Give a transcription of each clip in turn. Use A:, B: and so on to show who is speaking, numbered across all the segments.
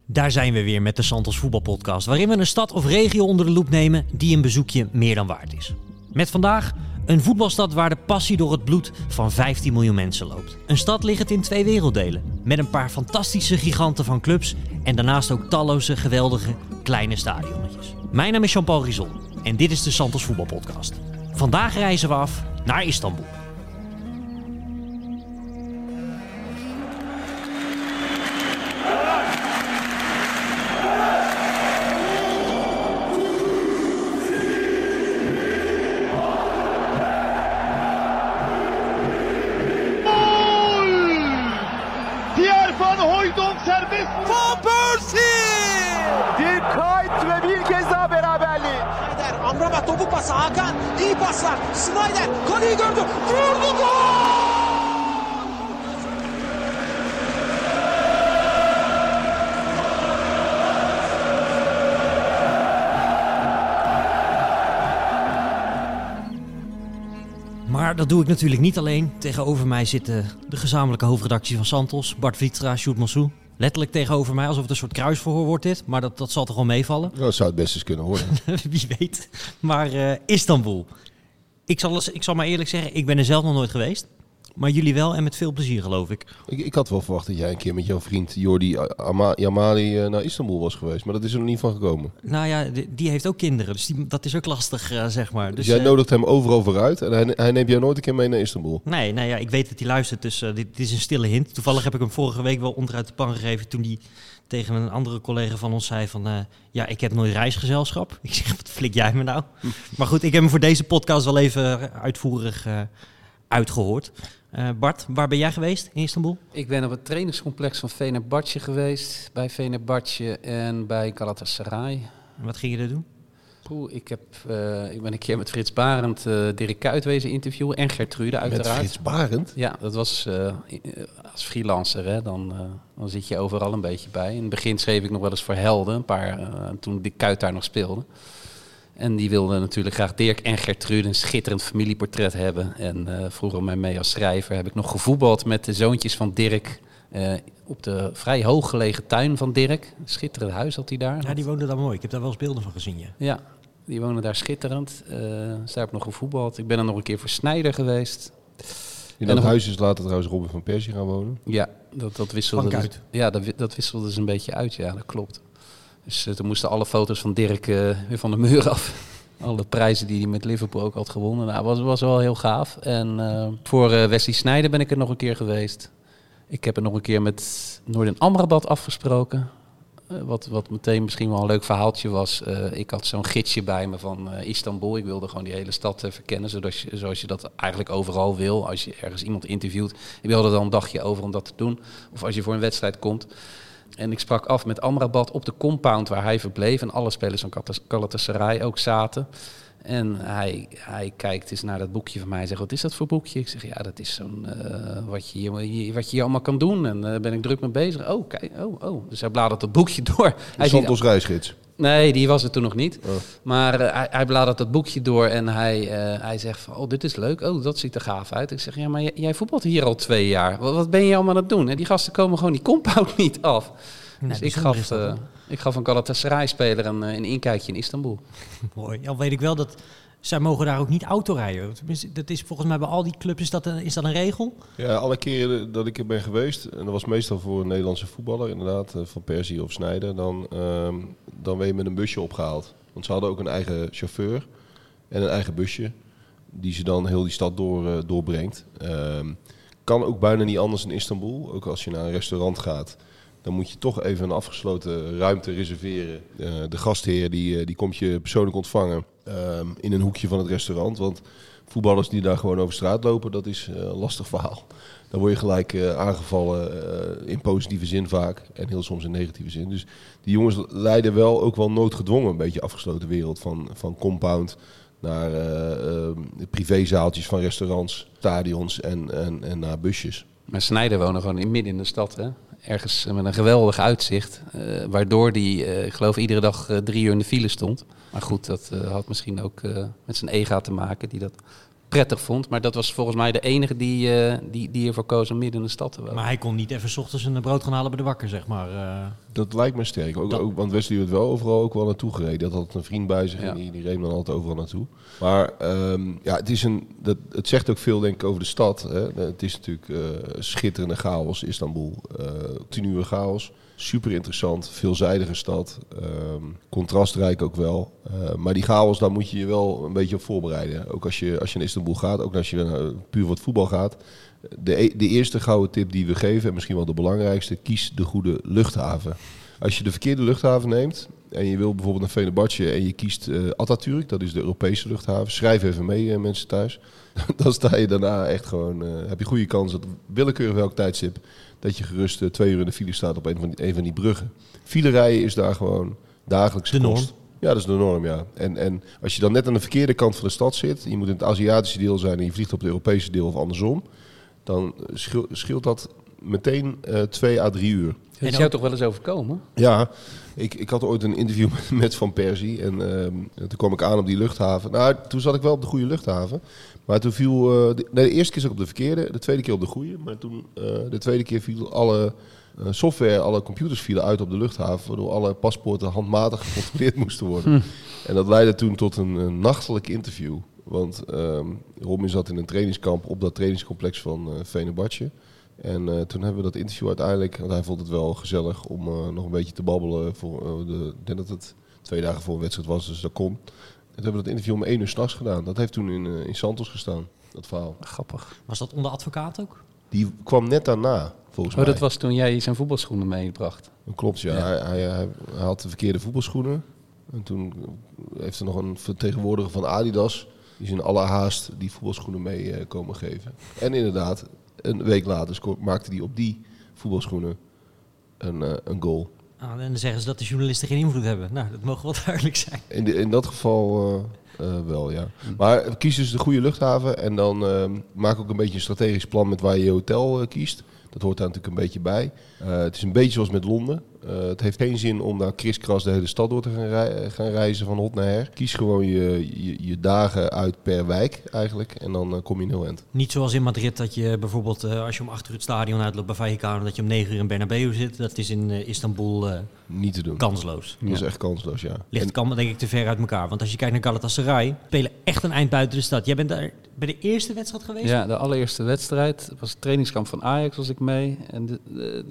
A: Daar zijn we weer met de Santos Voetbalpodcast, waarin we een stad of regio onder de loep nemen die een bezoekje meer dan waard is. Met vandaag een voetbalstad waar de passie door het bloed van 15 miljoen mensen loopt. Een stad liggend in 2 werelddelen, met een paar fantastische giganten van clubs en daarnaast ook talloze geweldige kleine stadionnetjes. Mijn naam is Jean-Paul Rizon en dit is de Santos Voetbalpodcast. Vandaag reizen we af naar Istanbul.
B: Van Persie!
C: De Kuyt ve bir kez daha beraberliği.
B: Snyder, Amrabat topu pası, Hakan iyi paslar. Snyder, kaleyi gördü, vurdu, gol!
A: Maar dat doe ik natuurlijk niet alleen. Tegenover mij zit de gezamenlijke hoofdredactie van Santos, Bart Vietra, Sjoerd Massou. Letterlijk tegenover mij, alsof het een soort kruisverhoor wordt dit. Maar dat zal toch wel meevallen?
D: Dat zou het best eens kunnen worden.
A: Wie weet. Maar Istanbul. Ik zal maar eerlijk zeggen, ik ben er zelf nog nooit geweest. Maar jullie wel en met veel plezier, geloof ik.
D: Ik had wel verwacht dat jij een keer met jouw vriend Jordi Yamali naar Istanbul was geweest. Maar dat is er nog niet van gekomen.
A: Nou ja, die heeft ook kinderen. Dus dat is ook lastig, zeg maar.
D: Dus jij nodigt hem overal vooruit en hij neemt jou nooit een keer mee naar Istanbul?
A: Nee, nou ja, ik weet dat hij luistert. Dus dit is een stille hint. Toevallig heb ik hem vorige week wel onderuit de pan gegeven toen hij tegen een andere collega van ons zei van... ja, ik heb nooit reisgezelschap. Ik zeg, wat flik jij me nou? Maar goed, ik heb hem voor deze podcast wel even uitvoerig uitgehoord. Bart, waar ben jij geweest in Istanbul?
E: Ik ben op het trainingscomplex van Fenerbahce geweest, bij Fenerbahce en bij Galatasaray.
A: En wat ging je er doen?
E: Ik ben een keer met Frits Barend, Dirk Kuyt wezen interviewen en Gertrude uiteraard.
D: Met Frits Barend?
E: Ja, dat was als freelancer, hè, dan zit je overal een beetje bij. In het begin schreef ik nog wel eens voor Helden, toen Dirk Kuyt daar nog speelde. En die wilden natuurlijk graag Dirk en Gertrude een schitterend familieportret hebben. En vroegen mij mee als schrijver. Heb ik nog gevoetbald met de zoontjes van Dirk op de vrij hooggelegen tuin van Dirk. Een schitterend huis had hij daar.
A: Ja, die woonde daar mooi. Ik heb daar wel eens beelden van gezien, ja.
E: Ja, die wonen daar schitterend. Dus daar heb ik nog gevoetbald. Ik ben er nog een keer voor Snyder geweest.
D: In dat huis is later trouwens Robin van Persie gaan wonen.
E: Ja, dat wisselde.
A: Van Kuyt.
E: Ja, dat wisselde ze een beetje uit. Ja, dat klopt. Dus toen moesten alle foto's van Dirk weer van de muur af. Alle prijzen die hij met Liverpool ook had gewonnen. Nou, was wel heel gaaf. En voor Wesley Sneijder ben ik er nog een keer geweest. Ik heb er nog een keer met Noordin Amrabat afgesproken. Wat meteen misschien wel een leuk verhaaltje was. Ik had zo'n gidsje bij me van Istanbul. Ik wilde gewoon die hele stad verkennen. Zoals je dat eigenlijk overal wil. Als je ergens iemand interviewt. Je wilde dan een dagje over om dat te doen. Of als je voor een wedstrijd komt. En ik sprak af met Amrabat op de compound waar hij verbleef. En alle spelers van Galatasaray ook zaten. En hij kijkt eens naar dat boekje van mij en zegt, wat is dat voor boekje? Ik zeg, ja, dat is zo'n wat je hier allemaal kan doen. En daar ben ik druk mee bezig. Oh, kijk, oh. Dus hij bladert dat boekje door.
D: Santos reisgids.
E: Nee, die was er toen nog niet.
D: Oh.
E: Maar hij bladert dat boekje door en hij zegt van, oh, dit is leuk. Oh, dat ziet er gaaf uit. Ik zeg, ja, maar jij voetbalt hier al 2 jaar. Wat ben je allemaal aan het doen? En die gasten komen gewoon die compound niet af.
A: Nou,
E: dus ik gaf een Galatasaray-speler een inkijkje in Istanbul.
A: Mooi. Al weet ik wel dat zij mogen daar ook niet autorijden. Tenminste, dat is volgens mij bij al die clubs is dat een regel?
D: Ja, alle keren dat ik er ben geweest, en dat was meestal voor een Nederlandse voetballer, inderdaad, van Persie of Sneijder, dan werd je met een busje opgehaald. Want ze hadden ook een eigen chauffeur en een eigen busje, die ze dan heel die stad doorbrengt. Kan ook bijna niet anders in Istanbul, ook als je naar een restaurant gaat. Dan moet je toch even een afgesloten ruimte reserveren. De gastheer die komt je persoonlijk ontvangen in een hoekje van het restaurant. Want voetballers die daar gewoon over straat lopen, dat is een lastig verhaal. Dan word je gelijk aangevallen in positieve zin vaak. En heel soms in negatieve zin. Dus die jongens leiden wel ook wel noodgedwongen een beetje afgesloten wereld. Van compound naar privézaaltjes van restaurants, stadions en naar busjes.
E: Maar Sneijder woonde gewoon midden in de stad, hè? Ergens met een geweldig uitzicht. Waardoor die, ik geloof, iedere dag 3 uur in de file stond. Maar goed, dat had misschien ook met zijn ega te maken, die dat prettig vond. Maar dat was volgens mij de enige die ervoor koos om midden in de stad te wonen.
A: Maar hij kon niet even 's ochtends een brood gaan halen bij de bakker, zeg maar.
D: Dat lijkt me sterk. Ook, want Wesley werd wel overal ook wel naartoe gereden. Dat had een vriend bij zich en die reed dan altijd overal naartoe. Maar het zegt ook veel denk ik over de stad. Hè. Het is natuurlijk schitterende chaos, Istanbul. Continue chaos. Super interessant, veelzijdige stad. Contrastrijk ook wel. Maar die chaos, daar moet je je wel een beetje op voorbereiden. Ook als je naar Istanbul gaat, ook als je puur voor het voetbal gaat. De eerste gouden tip die we geven, en misschien wel de belangrijkste, kies de goede luchthaven. Als je de verkeerde luchthaven neemt en je wil bijvoorbeeld naar Fenerbahce en je kiest Atatürk, dat is de Europese luchthaven. Schrijf even mee mensen thuis. Dan sta je daarna echt gewoon, heb je goede kans dat willekeurig welk tijdstip dat je gerust 2 uur in de file staat op een van die bruggen. File rijden is daar gewoon dagelijks
A: de norm.
D: kost. Ja, dat is de norm, ja. En als je dan net aan de verkeerde kant van de stad zit, je moet in het Aziatische deel zijn en je vliegt op het Europese deel of andersom, dan scheelt dat meteen 2 à 3 uur.
E: Dat is jou toch wel eens overkomen?
D: Ja, ik had ooit een interview met Van Persie en toen kwam ik aan op die luchthaven. Nou, toen zat ik wel op de goede luchthaven. Maar toen viel... de eerste keer zat ik op de verkeerde, de tweede keer op de goede. Maar toen de tweede keer viel alle software, alle computers vielen uit op de luchthaven. Waardoor alle paspoorten handmatig gecontroleerd moesten worden. En dat leidde toen tot een nachtelijk interview. Want Robin zat in een trainingskamp op dat trainingscomplex van Fenerbahce. En toen hebben we dat interview uiteindelijk, want hij vond het wel gezellig om nog een beetje te babbelen. Ik denk dat het 2 dagen voor een wedstrijd was, dus dat kon. En toen hebben we dat interview om 1 uur 's nachts gedaan. Dat heeft toen in Santos gestaan, dat verhaal.
E: Grappig.
A: Was dat onder advocaat ook?
D: Die kwam net daarna, volgens mij.
E: Dat was toen jij zijn voetbalschoenen meebracht.
D: Klopt, ja. Hij had de verkeerde voetbalschoenen. En toen heeft er nog een vertegenwoordiger van Adidas, die is in alle haast die voetbalschoenen mee komen geven. En inderdaad, een week later maakte hij op die voetbalschoenen een goal.
A: En dan zeggen ze dat de journalisten geen invloed hebben. Nou, dat mogen wel duidelijk zijn.
D: In dat geval wel, ja. Maar kies dus de goede luchthaven en dan maak ook een beetje een strategisch plan met waar je je hotel kiest. Dat hoort daar natuurlijk een beetje bij. Het is een beetje zoals met Londen. Het heeft geen zin om daar kriskras de hele stad door te gaan reizen van hot naar her. Kies gewoon je dagen uit per wijk eigenlijk en dan kom je in heel eind.
A: Niet zoals in Madrid dat je bijvoorbeeld als je om 8 uur het stadion uitloopt bij Vallecano, dat je om 9 uur in Bernabeu zit. Dat is in Istanbul
D: niet te doen.
A: Kansloos.
D: Dat is echt kansloos, ja.
A: Ligt denk ik te ver uit elkaar. Want als je kijkt naar Galatasaray, spelen echt een eind buiten de stad. Jij bent daar bij de eerste wedstrijd geweest?
E: Ja, de allereerste wedstrijd was het trainingskamp van Ajax, was ik mee. En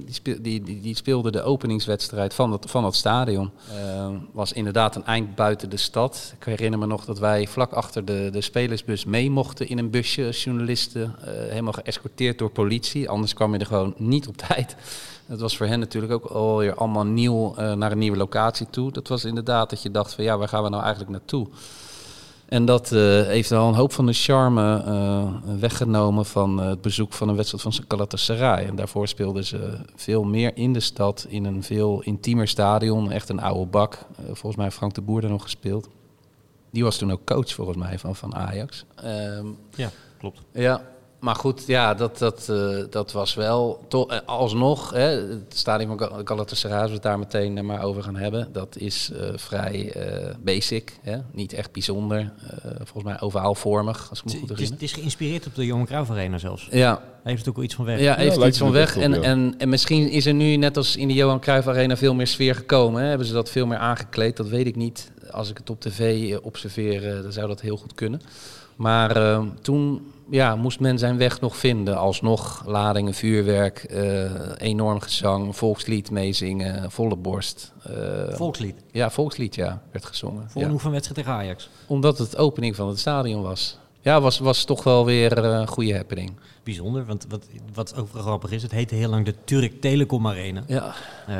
E: die speelde de openingswedstrijd van het stadion. Was inderdaad een eind buiten de stad. Ik herinner me nog dat wij vlak achter de spelersbus mee mochten in een busje als journalisten. Helemaal geëscorteerd door politie. Anders kwam je er gewoon niet op tijd. Dat was voor hen natuurlijk ook alweer allemaal nieuw naar een nieuwe locatie toe. Dat was inderdaad dat je dacht van ja, waar gaan we nou eigenlijk naartoe? En dat heeft al een hoop van de charme weggenomen van het bezoek van een wedstrijd van Galatasaray. En daarvoor speelden ze veel meer in de stad, in een veel intiemer stadion. Echt een oude bak. Volgens mij heeft Frank de Boer daar nog gespeeld. Die was toen ook coach volgens mij van Ajax.
A: Ja, klopt.
E: Ja. Maar goed, ja, dat was wel alsnog, hè, het stadion van Galatasaray, als we het daar meteen maar over gaan hebben, dat is vrij basic, hè, niet echt bijzonder, volgens mij ovaalvormig, als ik me goed herinner.
A: Het is geïnspireerd op de Johan Cruijff Arena zelfs.
E: Ja.
A: Heeft het ook iets van weg?
E: Ja, heeft iets van weg.
D: Op, ja.
E: En misschien is er nu, net als in de Johan Cruijff Arena, veel meer sfeer gekomen. Hè? Hebben ze dat veel meer aangekleed? Dat weet ik niet. Als ik het op tv observeer, dan zou dat heel goed kunnen. Maar toen moest men zijn weg nog vinden. Alsnog ladingen, vuurwerk, enorm gezang, volkslied meezingen, volle borst.
A: Volkslied?
E: Ja, volkslied, werd gezongen.
A: Voor een oefenwedstrijd tegen Ajax?
E: Omdat het opening van het stadion was. Ja, was toch wel weer een goede happening.
A: Bijzonder, want wat ook grappig is, het heette heel lang de Turk Telecom Arena.
E: Ja.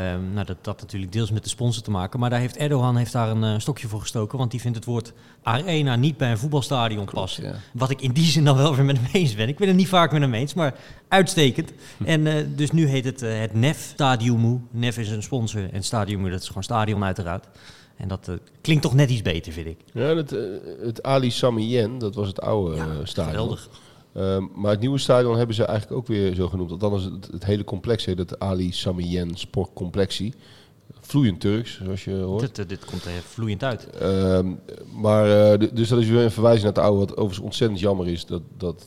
A: Dat natuurlijk deels met de sponsor te maken. Maar daar heeft Erdogan een stokje voor gestoken. Want die vindt het woord arena niet bij een voetbalstadion passen. Ja. Wat ik in die zin dan wel weer met hem eens ben. Ik ben het niet vaak met hem eens, maar uitstekend. En dus nu heet het NEF Stadiumu. NEF is een sponsor en Stadiumu, dat is gewoon stadion uiteraard. En dat klinkt toch net iets beter, vind ik.
D: Ja, het Ali Sami Yen, dat was het oude stadion.
A: Geweldig.
D: Maar het nieuwe stadion hebben ze eigenlijk ook weer zo genoemd. Althans, het hele complex heet het Ali Sami Yen Sportcomplexie. Vloeiend Turks, zoals je hoort.
A: Dit komt er vloeiend uit.
D: Dus dat is weer een verwijzing naar het oude, wat overigens ontzettend jammer is. Dat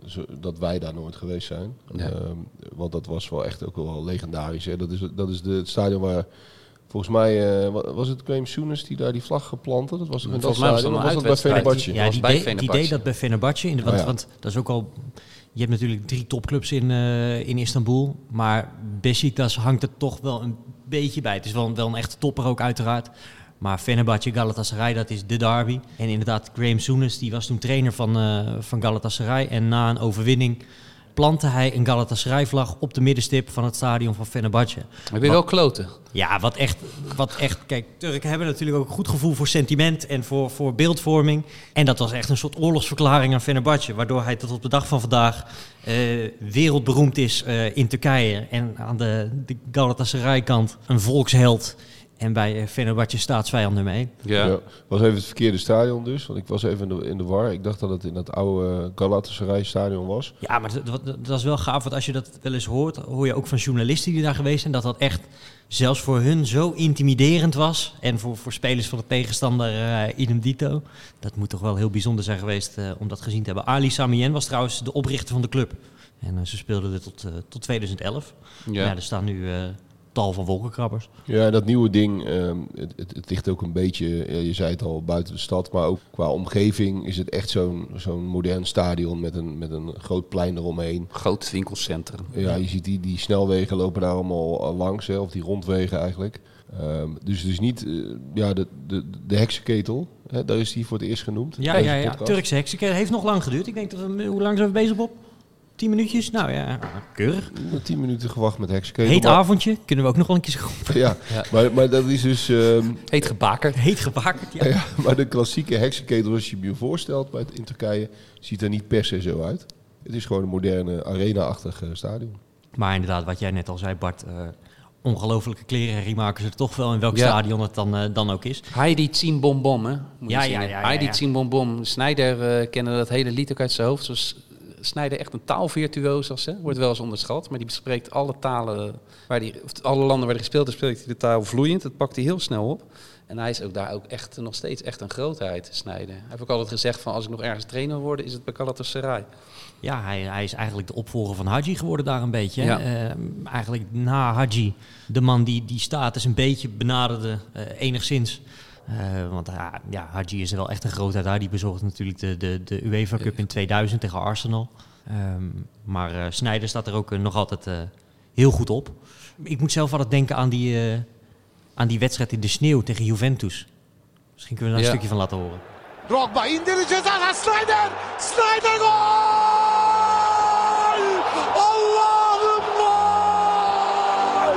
D: dat wij daar nooit geweest zijn.
E: Ja.
D: Want dat was wel echt ook wel legendarisch. Hè. Dat is het stadion waar... Volgens mij was het Graham Souness die daar die vlag geplantte. Dat was in dat
E: Volgens mij was
D: stadion.
E: dat
D: Was
E: een
D: dat bij
E: uitwedstrijd.
D: Fenerbahce?
A: Ja,
E: was
A: die
E: bij
A: deed
E: Fenerbahce.
A: dat bij Fenerbahce. Want dat is ook al... Je hebt natuurlijk 3 topclubs in Istanbul. Maar Beşiktaş hangt er toch wel een beetje bij. Het is wel een echte topper ook uiteraard. Maar Fenerbahce, Galatasaray, dat is de derby. En inderdaad, Graham Souness, die was toen trainer van Galatasaray. En na een overwinning plantte hij een Galatasaray-vlag op de middenstip van het stadion van Fenerbahce.
E: Maar weer wel kloten.
A: Ja, wat echt... Kijk, Turken hebben natuurlijk ook een goed gevoel voor sentiment en voor beeldvorming. En dat was echt een soort oorlogsverklaring aan Fenerbahce. Waardoor hij tot op de dag van vandaag wereldberoemd is in Turkije. En aan de Galatasaray-kant een volksheld. En bij Fenerbahce staatsvijand nummer 1.
D: Ja, was even het verkeerde stadion dus. Want ik was even in de war. Ik dacht dat het in dat oude Galatasaray stadion was.
A: Ja, maar dat is wel gaaf. Want als je dat wel eens hoort, hoor je ook van journalisten die daar geweest zijn, dat echt zelfs voor hun zo intimiderend was. En voor spelers van de tegenstander idem dito. Dat moet toch wel heel bijzonder zijn geweest om dat gezien te hebben. Ali Samien was trouwens de oprichter van de club. En ze speelden er tot 2011. Ja, er staan nu... tal van wolkenkrabbers.
D: Ja, dat nieuwe ding, het ligt ook een beetje, je zei het al, buiten de stad, maar ook qua omgeving is het echt zo'n modern stadion met een groot plein eromheen.
E: Groot winkelcentrum.
D: Ja, je ziet die snelwegen lopen daar allemaal langs, hè, of die rondwegen eigenlijk. Dus het is niet de heksenketel, hè, daar is die voor het eerst genoemd.
A: Ja. Turkse heksenketel heeft nog lang geduurd. Ik denk dat hoe lang zijn we bezig op? 10 minuutjes? Nou ja, keurig.
D: 10 minuten gewacht met heksenketel.
A: Heet avondje, kunnen we ook nog wel een keer zeggen.
D: Ja. Maar dat is dus...
E: Heet gebakerd.
A: Heet gebakerd, ja.
D: Ja, maar de klassieke heksenketel, als je je voorstelt in Turkije, ziet er niet per se zo uit. Het is gewoon een moderne arena-achtig stadion.
A: Maar inderdaad, wat jij net al zei, Bart... ongelofelijke klerenherrie maken ze er toch wel in welk stadion het dan ook is.
E: Heidi Tien Bom Bom, hè?
A: Ja.
E: Heidi Tien Bom Bom. Sneijder kende dat hele lied ook uit zijn hoofd. Zoals Sneijder echt een taalvirtuoos was, hè? Wordt wel eens onderschat. Maar die bespreekt alle talen, alle landen waar hij gespeeld heeft, spreekt hij de taal vloeiend. Dat pakt hij heel snel op. En hij is ook daar ook echt nog steeds echt een grootheid, Sneijder. Hij heeft ook altijd gezegd van als ik nog ergens trainer wil worden, is het bij Galatasaray. Ja,
A: hij is eigenlijk de opvolger van Hadji geworden daar een beetje.
E: Ja.
A: Eigenlijk na Hadji, de man die status een beetje benaderde, enigszins. Want Hadji is er wel echt een grootheid. Die bezorgde natuurlijk de UEFA Cup in 2000 tegen Arsenal. Maar Sneijder staat er ook nog altijd heel goed op. Ik moet zelf altijd denken aan die wedstrijd in de sneeuw tegen Juventus. Misschien kunnen we daar een stukje van laten horen.
B: Drogba indirir ceza Sneijder! Sneijder gol! Allah'ım gol!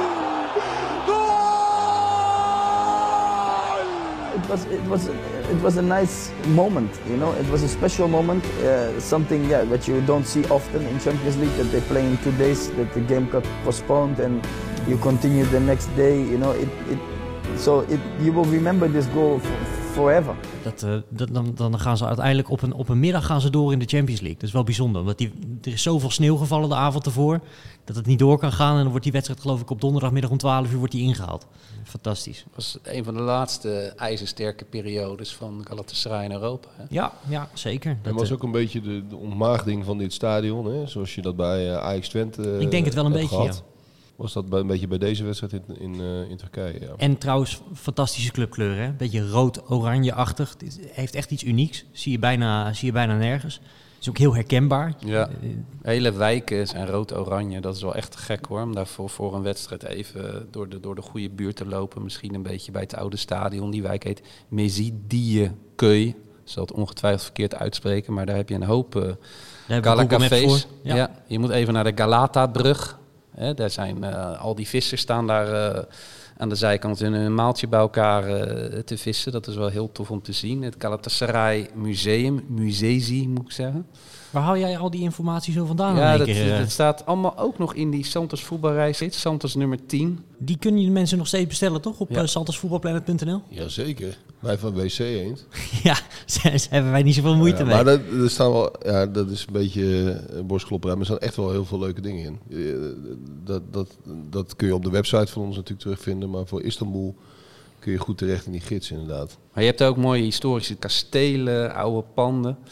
F: Gol! It was a nice moment, you know. It was a special moment, something that you don't see often in Champions League, that they play in 2 days, that the game got postponed and you continue the next day, you know. You will remember this goal forever.
A: Dan gaan ze uiteindelijk op een middag gaan ze door in de Champions League. Dat is wel bijzonder, want er is zoveel sneeuw gevallen de avond ervoor dat het niet door kan gaan. En dan wordt die wedstrijd geloof ik op donderdagmiddag om 12 uur wordt die ingehaald. Fantastisch.
E: Het was een van de laatste ijzersterke periodes van Galatasaray in Europa. Hè?
A: Ja, zeker.
D: Dat was ook een beetje de ontmaagding van dit stadion, hè? Zoals je dat bij Ajax Twente
A: ik denk het wel een beetje,
D: gehad.
A: ja.
D: Was dat een beetje bij deze wedstrijd in Turkije, ja.
A: En trouwens, fantastische clubkleuren, hè? Beetje rood-oranje-achtig. Het heeft echt iets unieks. Zie je bijna nergens. Is ook heel herkenbaar.
E: Ja, hele wijken zijn rood-oranje. Dat is wel echt gek hoor. Om daarvoor voor een wedstrijd even door de goede buurt te lopen. Misschien een beetje bij het oude stadion. Die wijk heet Mecidiyeköy. Ik zal het ongetwijfeld verkeerd uitspreken. Maar daar heb je een hoop Galacafés. Ja, je moet even naar de Galata-brug. Daar zijn al die vissers staan daar aan de zijkant in een maaltje bij elkaar te vissen. Dat is wel heel tof om te zien. Het Galatasaray Museum, Musezi moet ik zeggen.
A: Waar haal jij al die informatie zo vandaan?
E: Ja, dat staat allemaal ook nog in die Santos voetbalreis. Santos nummer 10.
A: Die kunnen de mensen nog steeds bestellen, toch? Op santosvoetbalplanet.nl?
D: Jazeker. Wij van WC Eend.
A: Ja, daar hebben wij niet zoveel moeite mee.
D: Maar er staan wel, dat is een beetje borstklopperij, maar er staan echt wel heel veel leuke dingen in. Dat kun je op de website van ons natuurlijk terugvinden, maar voor Istanbul kun je goed terecht in die gids inderdaad.
E: Maar je hebt ook mooie historische kastelen, oude panden.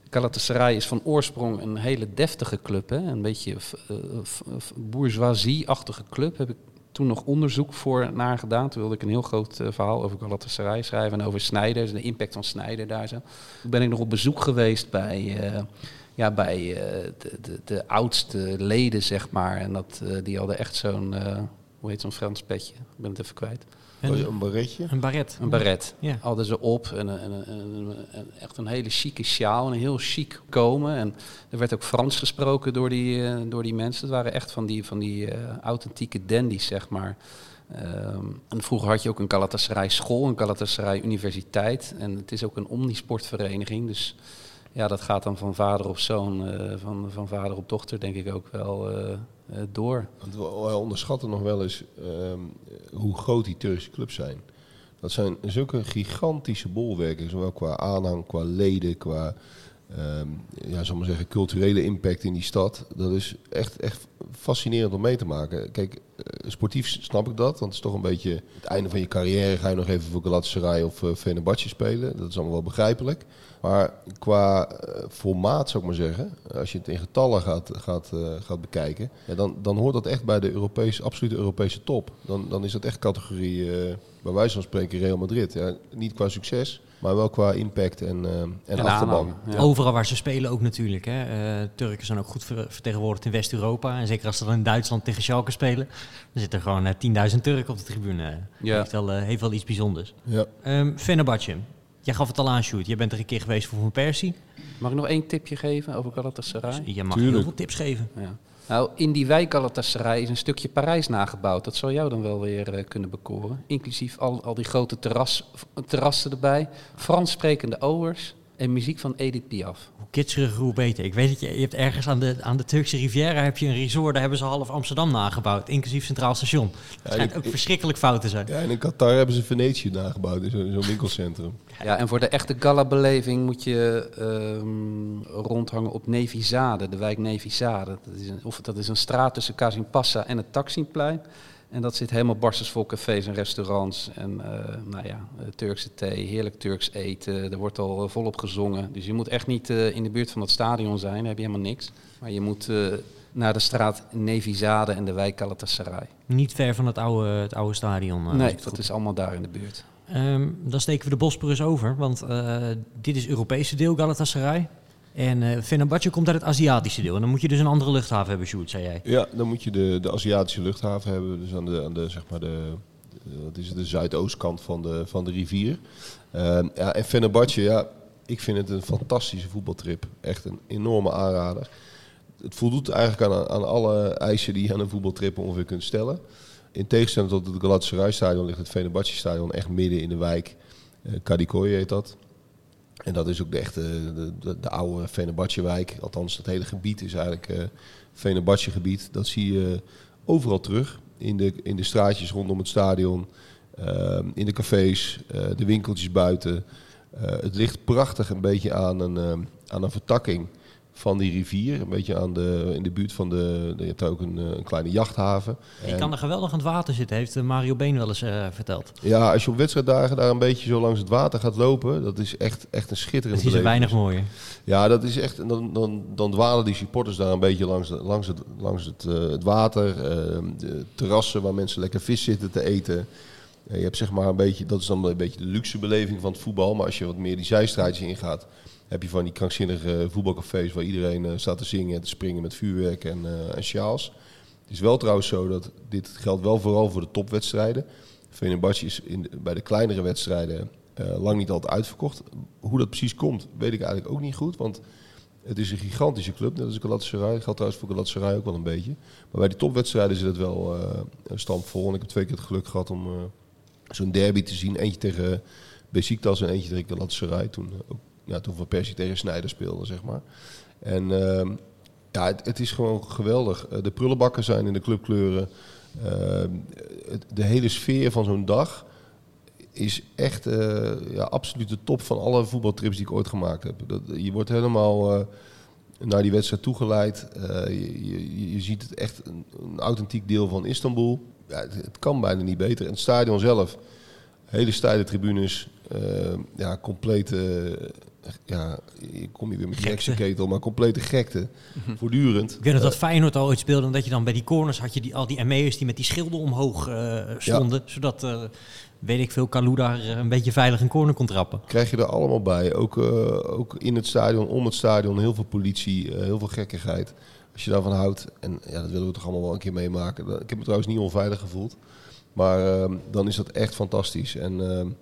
E: Galatasaray is van oorsprong een hele deftige club. Hè? Een beetje bourgeoisie-achtige club. Heb ik toen nog onderzoek voor naar gedaan. Toen wilde ik een heel groot verhaal over Galatasaray schrijven. En over Sneijder, de impact van Sneijder daar zo. Toen ben ik nog op bezoek geweest bij de oudste leden, zeg maar. En die hadden echt zo'n, hoe heet zo'n Frans petje? Ik ben het even kwijt.
D: Een baretje?
A: Een baret.
E: Een baret.
A: Ja.
E: Hadden ze op. En echt een hele chique sjaal. En een heel chic komen. En er werd ook Frans gesproken door die mensen. Het waren echt van die authentieke dandies, zeg maar. En vroeger had je ook een Galatasaray school, een Galatasaray universiteit. En het is ook een omnisportvereniging. Dus ja, dat gaat dan van vader op zoon, van vader op dochter, denk ik ook wel door.
D: Want wij onderschatten nog wel eens hoe groot die Turkse clubs zijn. Dat zijn zulke gigantische bolwerken, zowel qua aanhang, qua leden, qua zal maar zeggen, culturele impact in die stad. Dat is echt fascinerend om mee te maken. Kijk, sportief snap ik dat, want het is toch een beetje het einde van je carrière. Ga je nog even voor Galatasaray of Fenerbahçe spelen. Dat is allemaal wel begrijpelijk. Maar qua formaat, zou ik maar zeggen, als je het in getallen gaat bekijken, ja, dan hoort dat echt bij de absolute Europese top. Dan is dat echt categorie, bij wijze van spreken, Real Madrid. Ja, niet qua succes, maar wel qua impact en achterban.
E: Ja.
A: Overal waar ze spelen ook natuurlijk. Hè. Turken zijn ook goed vertegenwoordigd in West-Europa. En zeker als ze dan in Duitsland tegen Schalke spelen, dan zitten er gewoon 10.000 Turken op de tribune.
E: Ja.
A: Heeft wel iets bijzonders.
D: Ja.
A: Fenerbahçe. Jij gaf het al aan, Sjoerd. Jij bent er een keer geweest voor Van Persie.
E: Mag ik nog 1 tipje geven over Galatasaray?
A: Dus je mag
D: Tuurlijk.
A: heel veel tips geven.
E: Ja. Nou, in die wijk Galatasaray is een stukje Parijs nagebouwd. Dat zou jou dan wel weer kunnen bekoren. Inclusief al die grote terrassen erbij. Frans sprekende ouders en muziek van Edith Piaf.
A: Hoe kitscherig, hoe beter. Ik weet dat je hebt ergens aan de Turkse Riviera heb je een resort. Daar hebben ze half Amsterdam nagebouwd. Inclusief Centraal Station. Dat schijnt ook verschrikkelijk fout te zijn.
D: Ja, en in Qatar hebben ze Venetië nagebouwd, in zo'n winkelcentrum.
E: Ja, en voor de echte gala-beleving moet je rondhangen op Nevi-Zade, de wijk Nevi-Zade. Dat is een straat tussen Kazimpasa en het Taksimplein. En dat zit helemaal barstensvol cafés en restaurants. En Turkse thee, heerlijk Turks eten. Er wordt al volop gezongen. Dus je moet echt niet in de buurt van het stadion zijn. Daar heb je helemaal niks. Maar je moet naar de straat Nevi-Zade en de wijk Galatasaray.
A: Niet ver van het oude stadion.
E: Nee, dat is allemaal daar in de buurt.
A: Dan steken we de Bosporus over. Want dit is het Europese deel, Galatasaray. En Fenerbahçe komt uit het Aziatische deel. En dan moet je dus een andere luchthaven hebben, Sjoerd, zei jij.
D: Ja, dan moet je de Aziatische luchthaven hebben. Dus aan de zeg maar de zuidoostkant van de rivier. En Fenerbahçe, ja, ik vind het een fantastische voetbaltrip. Echt een enorme aanrader. Het voldoet eigenlijk aan alle eisen die je aan een voetbaltrip ongeveer kunt stellen. In tegenstelling tot het Galatasaray-stadion ligt het Fenerbahçe-stadion echt midden in de wijk. Kadikoy heet dat. En dat is ook de oude Fenerbahçe-wijk. Althans, dat hele gebied is eigenlijk Fenerbahçe-gebied. Dat zie je overal terug. In de straatjes rondom het stadion. In de cafés. De winkeltjes buiten. Het ligt prachtig een beetje aan een vertakking van die rivier. Een beetje in de buurt van je hebt daar ook een kleine jachthaven.
A: Je kan er geweldig aan het water zitten, heeft Mario Been wel eens verteld.
D: Ja, als je op wedstrijddagen daar een beetje zo langs het water gaat lopen, dat is echt een schitterend
A: Het is er weinig mooier.
D: Ja, dat is echt. Dan dwalen die supporters daar een beetje langs het water. De terrassen waar mensen lekker vis zitten te eten. Je hebt zeg maar een beetje, dat is dan een beetje de luxe beleving van het voetbal. Maar als je wat meer die zijstraatjes ingaat, heb je van die krankzinnige voetbalcafés waar iedereen staat te zingen en te springen met vuurwerk en sjaals. Het is wel trouwens zo dat dit geldt wel vooral voor de topwedstrijden. Fenerbahçe is bij de kleinere wedstrijden lang niet altijd uitverkocht. Hoe dat precies komt, weet ik eigenlijk ook niet goed. Want het is een gigantische club, net als Galatasaray. Geldt trouwens voor Galatasaray ook wel een beetje. Maar bij die topwedstrijden zit het wel stampvol. En ik heb 2 keer het geluk gehad om zo'n derby te zien. Eentje tegen Beşiktaş en eentje tegen Galatasaray. Toen Van Persie tegen Sneijder speelde, zeg maar. En het is gewoon geweldig. De prullenbakken zijn in de clubkleuren. De hele sfeer van zo'n dag is echt absoluut de top van alle voetbaltrips die ik ooit gemaakt heb. Je wordt helemaal naar die wedstrijd toegeleid. Je ziet het echt een authentiek deel van Istanbul. Ja, het kan bijna niet beter. En het stadion zelf, hele steile tribunes, complete je kom je weer met die heksenketel, maar complete gekte. Voortdurend.
A: Ik weet nog dat Feyenoord al ooit speelde en dat je dan bij die corners had je al die ME'ers die met die schilden omhoog stonden. Ja. Zodat, weet ik veel, Kalou daar een beetje veilig een corner kon trappen. Krijg
D: je er allemaal bij. Ook in het stadion, om het stadion, heel veel politie, heel veel gekkigheid. Als je daarvan houdt, en dat willen we toch allemaal wel een keer meemaken. Ik heb me trouwens niet onveilig gevoeld. Maar dan is dat echt fantastisch. En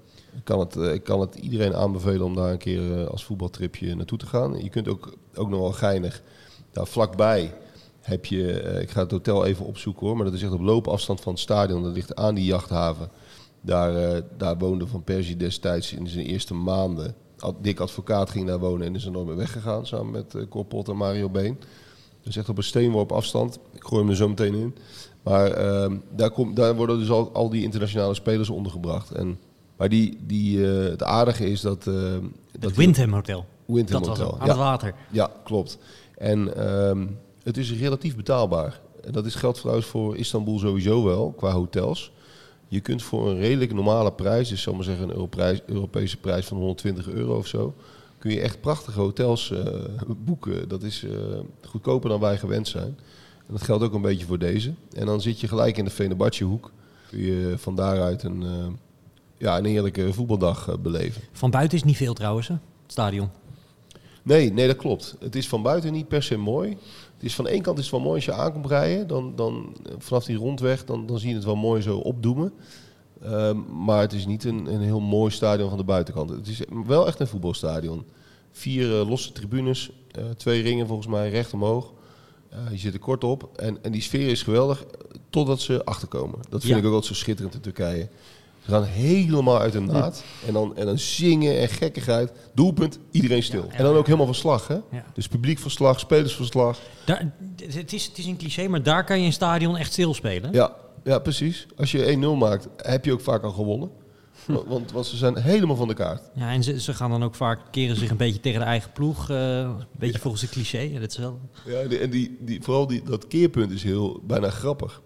D: ik kan het iedereen aanbevelen om daar een keer als voetbaltripje naartoe te gaan. Je kunt ook nog wel geinig. Daar vlakbij heb je, ik ga het hotel even opzoeken hoor, maar dat is echt op loopafstand van het stadion. Dat ligt aan die jachthaven. Daar woonde Van Persie destijds in zijn eerste maanden. Dick Advocaat ging daar wonen en is er nooit meer weggegaan samen met Cor Pot en Mario Been. Dus echt op een steenworp afstand. Ik gooi hem er zo meteen in. Maar daar worden dus al die internationale spelers ondergebracht. Maar het aardige is dat...
A: het Windham Hotel.
D: Windham
A: dat
D: Hotel.
A: Was aan het water.
D: Ja, klopt. En het is relatief betaalbaar. En dat geldt trouwens voor Istanbul sowieso wel, qua hotels. Je kunt voor een redelijk normale prijs, dus zal maar zeggen een Europese prijs van €120 of zo, kun je echt prachtige hotels boeken. Dat is goedkoper dan wij gewend zijn. En dat geldt ook een beetje voor deze. En dan zit je gelijk in de Fenerbahce-hoek. Kun je van daaruit een heerlijke voetbaldag beleven.
A: Van buiten is niet veel trouwens, hè? Het stadion.
D: Nee, dat klopt. Het is van buiten niet per se mooi. Het is van één kant is het wel mooi als je aankomt rijden. Dan vanaf die rondweg, dan zie je het wel mooi zo opdoemen. Maar het is niet een heel mooi stadion van de buitenkant. Het is wel echt een voetbalstadion. 4 losse tribunes, 2 ringen volgens mij, recht omhoog. Je zit er kort op. En die sfeer is geweldig, totdat ze achterkomen. Dat vind ik ook altijd zo schitterend in Turkije. Ze gaan helemaal uit de naad. En dan zingen en gekkigheid. Doelpunt, iedereen stil. En dan ook helemaal van slag. Hè? Ja. Dus publiek van slag, spelers van slag.
A: Het is een cliché, maar daar kan je een stadion echt stilspelen.
D: Ja, precies. Als je 1-0 maakt, heb je ook vaak al gewonnen. Want ze zijn helemaal van de kaart.
A: Ja, en ze gaan dan ook vaak keren zich een beetje tegen de eigen ploeg. Een beetje volgens het cliché. Hetzelfde.
D: Ja, en vooral dat keerpunt is bijna grappig.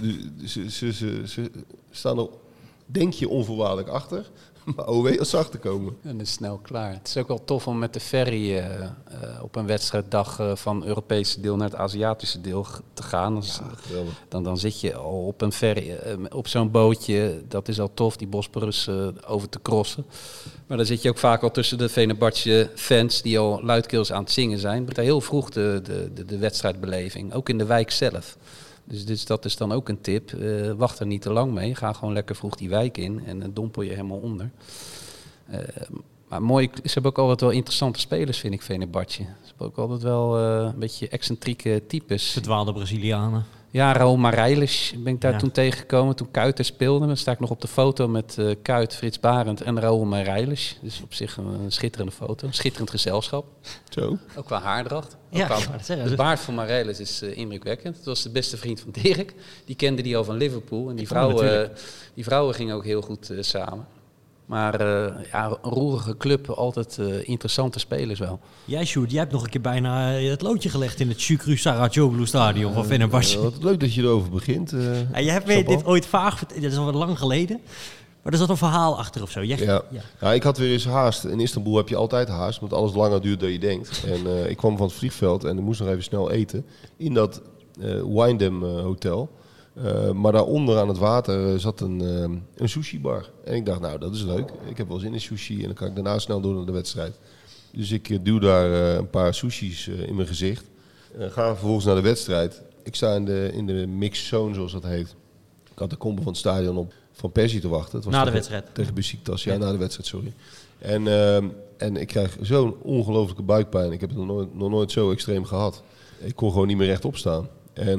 D: Ze staan er, denk je, onvoorwaardelijk achter. Maar wee als ze achterkomen.
E: En dat is snel klaar. Het is ook wel tof om met de ferry op een wedstrijddag van het Europese deel naar het Aziatische deel te gaan. Dan zit je al op een ferry, op zo'n bootje. Dat is al tof, die Bosporus over te crossen. Maar dan zit je ook vaak al tussen de Fenerbahce fans die al luidkeels aan het zingen zijn. Het heel vroeg de wedstrijdbeleving, ook in de wijk zelf. Dus dat is dan ook een tip. Wacht er niet te lang mee. Ga gewoon lekker vroeg die wijk in en dan dompel je helemaal onder. Maar mooi, ze hebben ook altijd wel interessante spelers, vind ik, Fenerbahce. Ze hebben ook altijd wel een beetje excentrieke types.
A: Verdwaalde Brazilianen.
E: Ja, Raúl Mareiles ben ik daar toen tegengekomen. Toen Kuyt er speelde, dan sta ik nog op de foto met Kuyt, Frits Barend en Raúl Mareiles. Dus op zich een schitterende foto. Een schitterend gezelschap.
D: Zo.
E: Ook qua haardracht.
D: De
E: baard van Mareiles is indrukwekkend. Het was de beste vriend van Dirk. Die kende die al van Liverpool. En die vrouwen gingen ook heel goed samen. Maar een roerige club, altijd interessante spelers wel.
A: Jij, Sjoerd, jij hebt nog een keer bijna het loodje gelegd in het Şükrü Saracoğlu stadion van Fenerbahce.
D: Wat leuk dat je erover begint.
A: Jij hebt dit ooit vaag, dat is al wat lang geleden. Maar er zat een verhaal achter of zo.
D: Ja, ik had weer eens haast. In Istanbul heb je altijd haast, omdat alles langer duurt dan je denkt. En ik kwam van het vliegveld en ik moest nog even snel eten in dat Windham Hotel. Maar daaronder aan het water zat een sushi-bar. En ik dacht, nou, dat is leuk. Ik heb wel zin in sushi en dan kan ik daarna snel door naar de wedstrijd. Dus ik duw daar een paar sushis in mijn gezicht. Ga vervolgens naar de wedstrijd. Ik sta in de mixed zone, zoals dat heet. Ik had de kombe van het stadion op Van Persie te wachten. Het was
A: na de wedstrijd?
D: Tegen Beşiktaş, na de wedstrijd, sorry. En ik krijg zo'n ongelooflijke buikpijn. Ik heb het nog nooit zo extreem gehad. Ik kon gewoon niet meer rechtop staan. En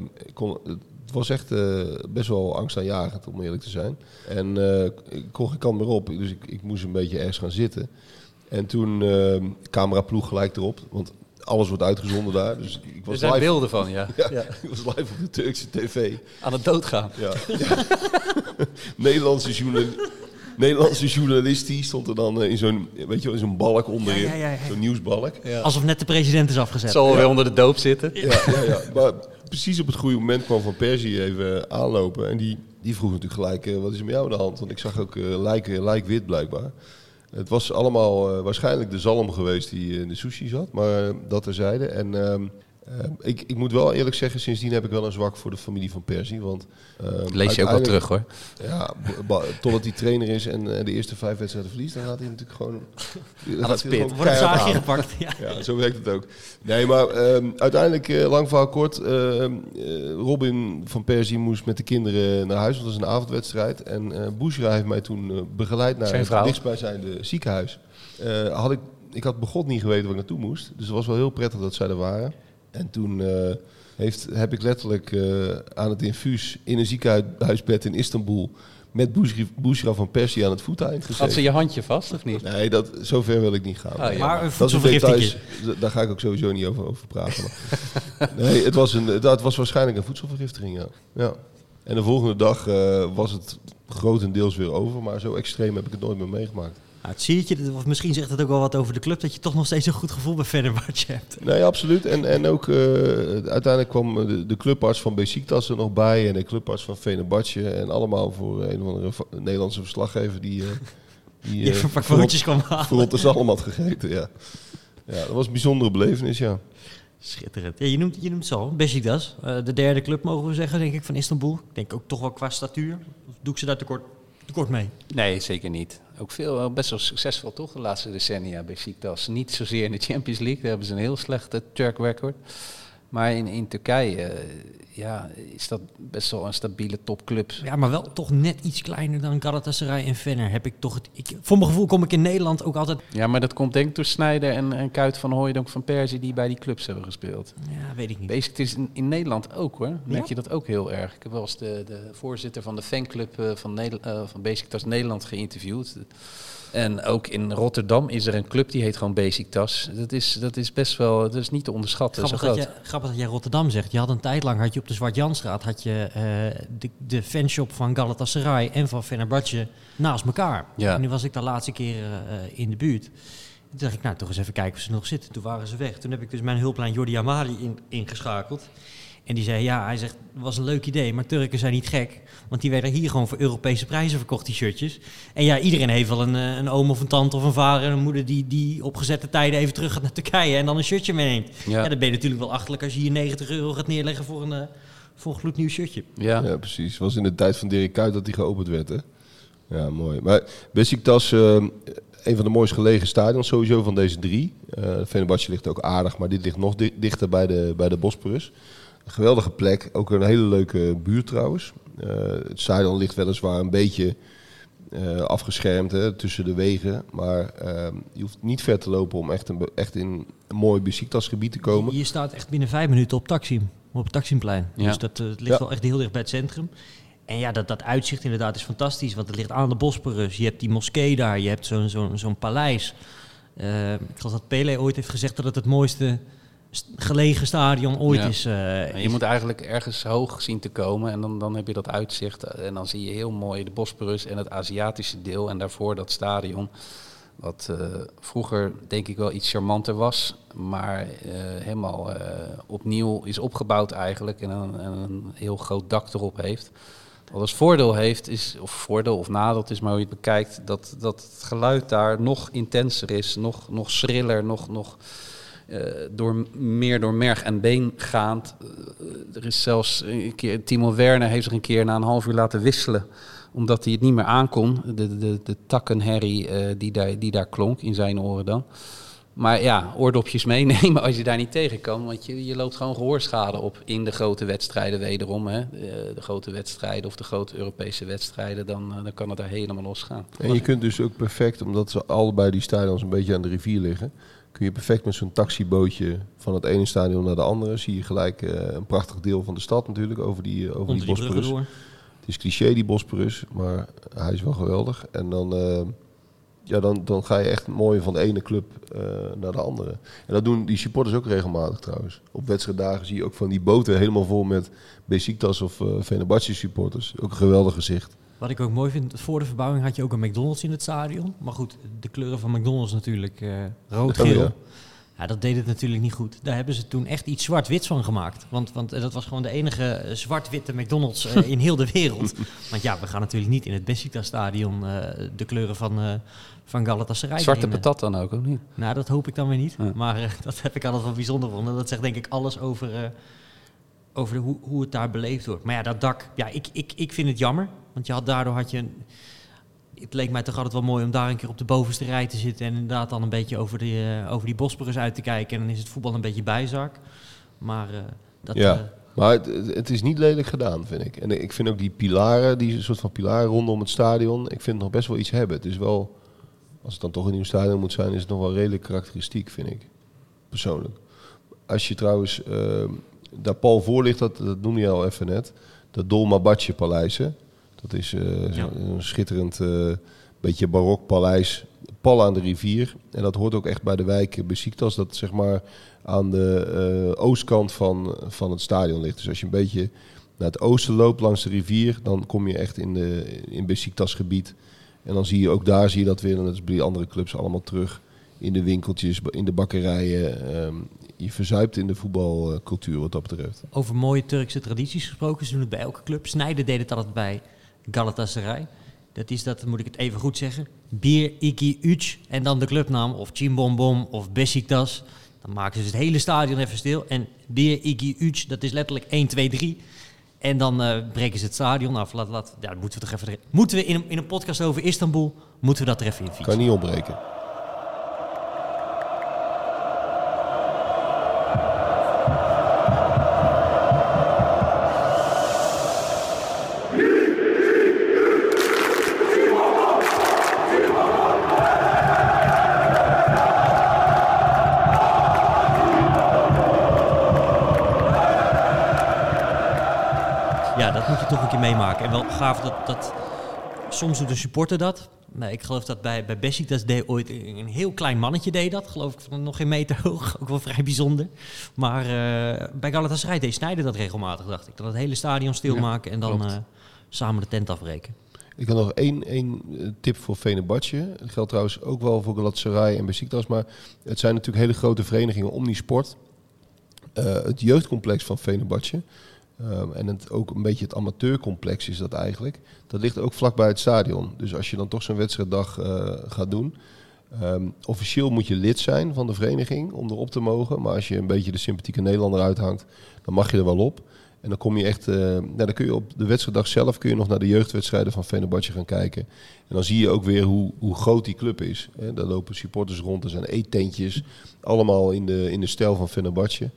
D: het was echt best wel angstaanjagend, om eerlijk te zijn. En ik kon geen kant meer op, dus ik moest een beetje ergens gaan zitten. En toen cameraploeg gelijk erop, want alles wordt uitgezonden daar. Dus ik was
E: er zijn
D: live,
E: beelden van, ja.
D: Ik was live op de Turkse tv.
E: Aan het doodgaan.
D: Ja. Nederlandse journalist die stond er dan in zo'n balk onderin. Zo'n nieuwsbalk.
A: Ja. Alsof net de president is afgezet.
E: Zal weer onder de doop zitten.
D: Ja. Maar precies op het goede moment kwam Van Persie even aanlopen. En die vroeg natuurlijk gelijk, wat is er met jou aan de hand? Want ik zag ook lijk wit blijkbaar. Het was allemaal waarschijnlijk de zalm geweest die in de sushi zat, maar dat terzijde. En ik moet wel eerlijk zeggen, sindsdien heb ik wel een zwak voor de familie van Persie. Want,
E: lees je ook wel terug hoor.
D: Ja, totdat hij trainer is en de eerste 5 wedstrijden verliest, dan gaat hij natuurlijk gewoon...
E: het spit.
A: Wordt een zaagje gepakt.
D: Ja, zo werkt het ook. Nee, maar uiteindelijk, lang verhaal kort, Robin van Persie moest met de kinderen naar huis, want dat was een avondwedstrijd. En Bouchra heeft mij toen begeleid naar het dichtstbijzijnde ziekenhuis. Ik had begot niet geweten waar ik naartoe moest, dus het was wel heel prettig dat zij er waren. En toen heb ik letterlijk aan het infuus in een ziekenhuisbed in Istanbul met Bouchra van Persie aan het voeteind gezeten.
E: Had ze je handje vast of niet?
D: Nee, zover wil ik niet gaan.
E: Oh, ja.
A: Maar
D: dat is details, daar ga ik ook sowieso niet over praten. Maar. Nee, het was waarschijnlijk een voedselvergiftiging, ja. En de volgende dag was het grotendeels weer over, maar zo extreem heb ik het nooit meer meegemaakt.
A: Het zie je, of misschien zegt het ook wel wat over de club, dat je toch nog steeds een goed gevoel bij Fenerbahçe hebt.
D: Nee, absoluut. En ook uiteindelijk kwam de clubarts van Beşiktaş er nog bij en de clubarts van Fenerbahçe. En allemaal voor een of andere Nederlandse verslaggever die
A: even een paar fotootjes kwam halen.
D: Voor ons allemaal had gegeten, ja. Ja, dat was een bijzondere belevenis, ja.
A: Schitterend. Ja, je noemt zo, Beşiktaş. De derde club mogen we zeggen, denk ik, van Istanbul. Ik denk ook toch wel qua statuur. Of doe ik ze daar tekort mee?
E: Nee, zeker niet. Ook best wel succesvol toch, de laatste decennia bij Beşiktaş. Niet zozeer in de Champions League, daar hebben ze een heel slechte track record. Maar in Turkije is dat best wel een stabiele topclub.
A: Ja, maar wel toch net iets kleiner dan Galatasaray en Fener. Heb ik toch voor mijn gevoel kom ik in Nederland ook altijd...
E: Ja, maar dat komt denk ik door Sneijder en Kuyt van Hooijdonk van Persie die bij die clubs hebben gespeeld.
A: Ja, weet ik niet.
E: Basic is in Nederland ook hoor. Merk je dat ook heel erg. Ik heb wel eens de voorzitter van de fanclub van Beşiktaş Nederland geïnterviewd. En ook in Rotterdam is er een club die heet gewoon Beşiktaş. Dat is best wel, dat is niet te onderschatten.
A: Grappig dat jij Rotterdam zegt. Je had een tijd lang op de Zwart-Janstraat de fanshop van Galatasaray en van Fenerbahçe naast elkaar.
E: Ja.
A: En nu was ik de laatste keer in de buurt. Toen dacht ik, toch eens even kijken of ze nog zitten. Toen waren ze weg. Toen heb ik dus mijn hulplijn Jordi Amali ingeschakeld. En die zei, hij zegt, het was een leuk idee, maar Turken zijn niet gek. Want die werden hier gewoon voor Europese prijzen verkocht, die shirtjes. En ja, iedereen heeft wel een oom of een tante of een vader en een moeder die op gezette tijden even terug gaat naar Turkije en dan een shirtje meeneemt. Ja, dan ben je natuurlijk wel achterlijk als je hier €90 gaat neerleggen voor een gloednieuw shirtje.
D: Ja, precies. Het was in de tijd van Dirk Kuyt dat die geopend werd, hè? Ja, mooi. Maar Beşiktaş, een van de mooist gelegen stadions sowieso van deze 3. Fenerbahçe ligt ook aardig, maar dit ligt nog dichter bij de Bosporus. Een geweldige plek, ook een hele leuke buurt trouwens. Het stadion ligt weliswaar een beetje afgeschermd tussen de wegen. Maar je hoeft niet ver te lopen om echt in een mooi Beşiktaş gebied te komen.
A: Je staat echt binnen 5 minuten op het Taksimplein. Ja. Dus dat ligt wel echt heel dicht bij het centrum. En ja, dat uitzicht inderdaad is fantastisch, want het ligt aan de Bosporus. Je hebt die moskee daar, je hebt zo'n paleis. Ik geloof dat Pelé ooit heeft gezegd dat het mooiste gelegen stadion ooit is.
E: Je moet eigenlijk ergens hoog zien te komen en dan heb je dat uitzicht. En dan zie je heel mooi de Bosporus en het Aziatische deel en daarvoor dat stadion. Wat vroeger denk ik wel iets charmanter was, maar helemaal opnieuw is opgebouwd eigenlijk en een heel groot dak erop heeft. Wat als voordeel heeft, voordeel of nadeel, het is maar hoe je het bekijkt, dat het geluid daar nog intenser is, nog schriller, nog meer door merg en been gaand. Er is zelfs een keer, Timo Werner heeft zich een keer na een half uur laten wisselen, omdat hij het niet meer aankon. De takkenherrie die daar klonk in zijn oren dan. Maar ja, oordopjes meenemen als je daar niet tegen kan. Want je loopt gewoon gehoorschade op in de grote wedstrijden wederom. Hè. De grote wedstrijden of de grote Europese wedstrijden, dan kan het daar helemaal losgaan.
D: En je kunt dus ook perfect, omdat ze allebei die stadions een beetje aan de rivier liggen, kun je perfect met zo'n taxibootje van het ene stadion naar de andere. Zie je gelijk een prachtig deel van de stad natuurlijk over die Bosporus. Het is cliché die Bosporus, maar hij is wel geweldig. En dan ga je echt mooi van de ene club naar de andere. En dat doen die supporters ook regelmatig trouwens. Op wedstrijddagen zie je ook van die boten helemaal vol met Beşiktaş of Fenerbahçe supporters. Ook een geweldig gezicht.
A: Wat ik ook mooi vind, voor de verbouwing had je ook een McDonald's in het stadion. Maar goed, de kleuren van McDonald's natuurlijk rood-geel. Ja, dat deed het natuurlijk niet goed. Daar hebben ze toen echt iets zwart-wits van gemaakt. Want dat was gewoon de enige zwart-witte McDonald's in heel de wereld. Want ja, we gaan natuurlijk niet in het Beşiktaş-stadion de kleuren van Galatasaray.
E: Zwarte patat dan ook, of niet?
A: Nou, dat hoop ik dan weer niet.
E: Ja.
A: Maar dat heb ik altijd wel bijzonder gevonden. Dat zegt denk ik alles over hoe het daar beleefd wordt. Maar ja, dat dak, ja, ik vind het jammer. Want daardoor had je... Het leek mij toch altijd wel mooi om daar een keer op de bovenste rij te zitten... en inderdaad dan een beetje over die Bosporus uit te kijken. En dan is het voetbal een beetje bijzak. Maar
D: maar het is niet lelijk gedaan, vind ik. En ik vind ook die pilaren, die soort van pilaren rondom het stadion... ik vind het nog best wel iets hebben. Het is wel, als het dan toch een nieuw stadion moet zijn... is het nog wel redelijk karakteristiek, vind ik. Persoonlijk. Als je trouwens... daar pal voor ligt, dat noemde je al even net... dat Dolmabahce-paleis, hè? Dat is een schitterend, beetje barok paleis, pal aan de rivier. En dat hoort ook echt bij de wijk Beşiktaş, dat zeg maar aan de oostkant van het stadion ligt. Dus als je een beetje naar het oosten loopt langs de rivier, dan kom je echt in Beşiktaş gebied. En dan zie je dat weer, en dat is bij die andere clubs allemaal terug in de winkeltjes, in de bakkerijen. Je verzuipt in de voetbalcultuur wat dat betreft.
A: Over mooie Turkse tradities gesproken, ze doen het bij elke club. Sneijder deed het altijd bij Galatasaray. Dat moet ik het even goed zeggen. 1-2-3 en dan de clubnaam, of Cimbom of Beşiktaş. Dan maken ze het hele stadion even stil. En 1-2-3, dat is letterlijk 1-2-3. En dan breken ze het stadion af. Moeten we in een podcast over Istanbul, moeten we dat er even in fietsen.
D: Kan niet opbreken.
A: Ja, dat moet je toch een keer meemaken. En wel gaaf dat soms doet een supporter dat. Nee, ik geloof dat bij Beşiktaş deed ooit een heel klein mannetje deed dat. Geloof ik nog geen meter hoog. Ook wel vrij bijzonder. Maar bij Galatasaray deed Sneijder dat regelmatig, dacht ik. Dat het hele stadion stilmaken en dan samen de tent afbreken.
D: Ik had nog één tip voor Fenerbahce. Dat geldt trouwens ook wel voor Galatasaray en Beşiktaş. Maar het zijn natuurlijk hele grote verenigingen om die sport. Het jeugdcomplex van Fenerbahce... en ook een beetje het amateurcomplex is dat eigenlijk. Dat ligt ook vlakbij het stadion. Dus als je dan toch zo'n wedstrijddag gaat doen... officieel moet je lid zijn van de vereniging om erop te mogen. Maar als je een beetje de sympathieke Nederlander uithangt... dan mag je er wel op. En dan kom je echt... dan kun je op de wedstrijddag zelf kun je nog naar de jeugdwedstrijden van Fenerbahce gaan kijken. En dan zie je ook weer hoe groot die club is. Daar lopen supporters rond, er zijn eettentjes. Allemaal in de stijl van Fenerbahce.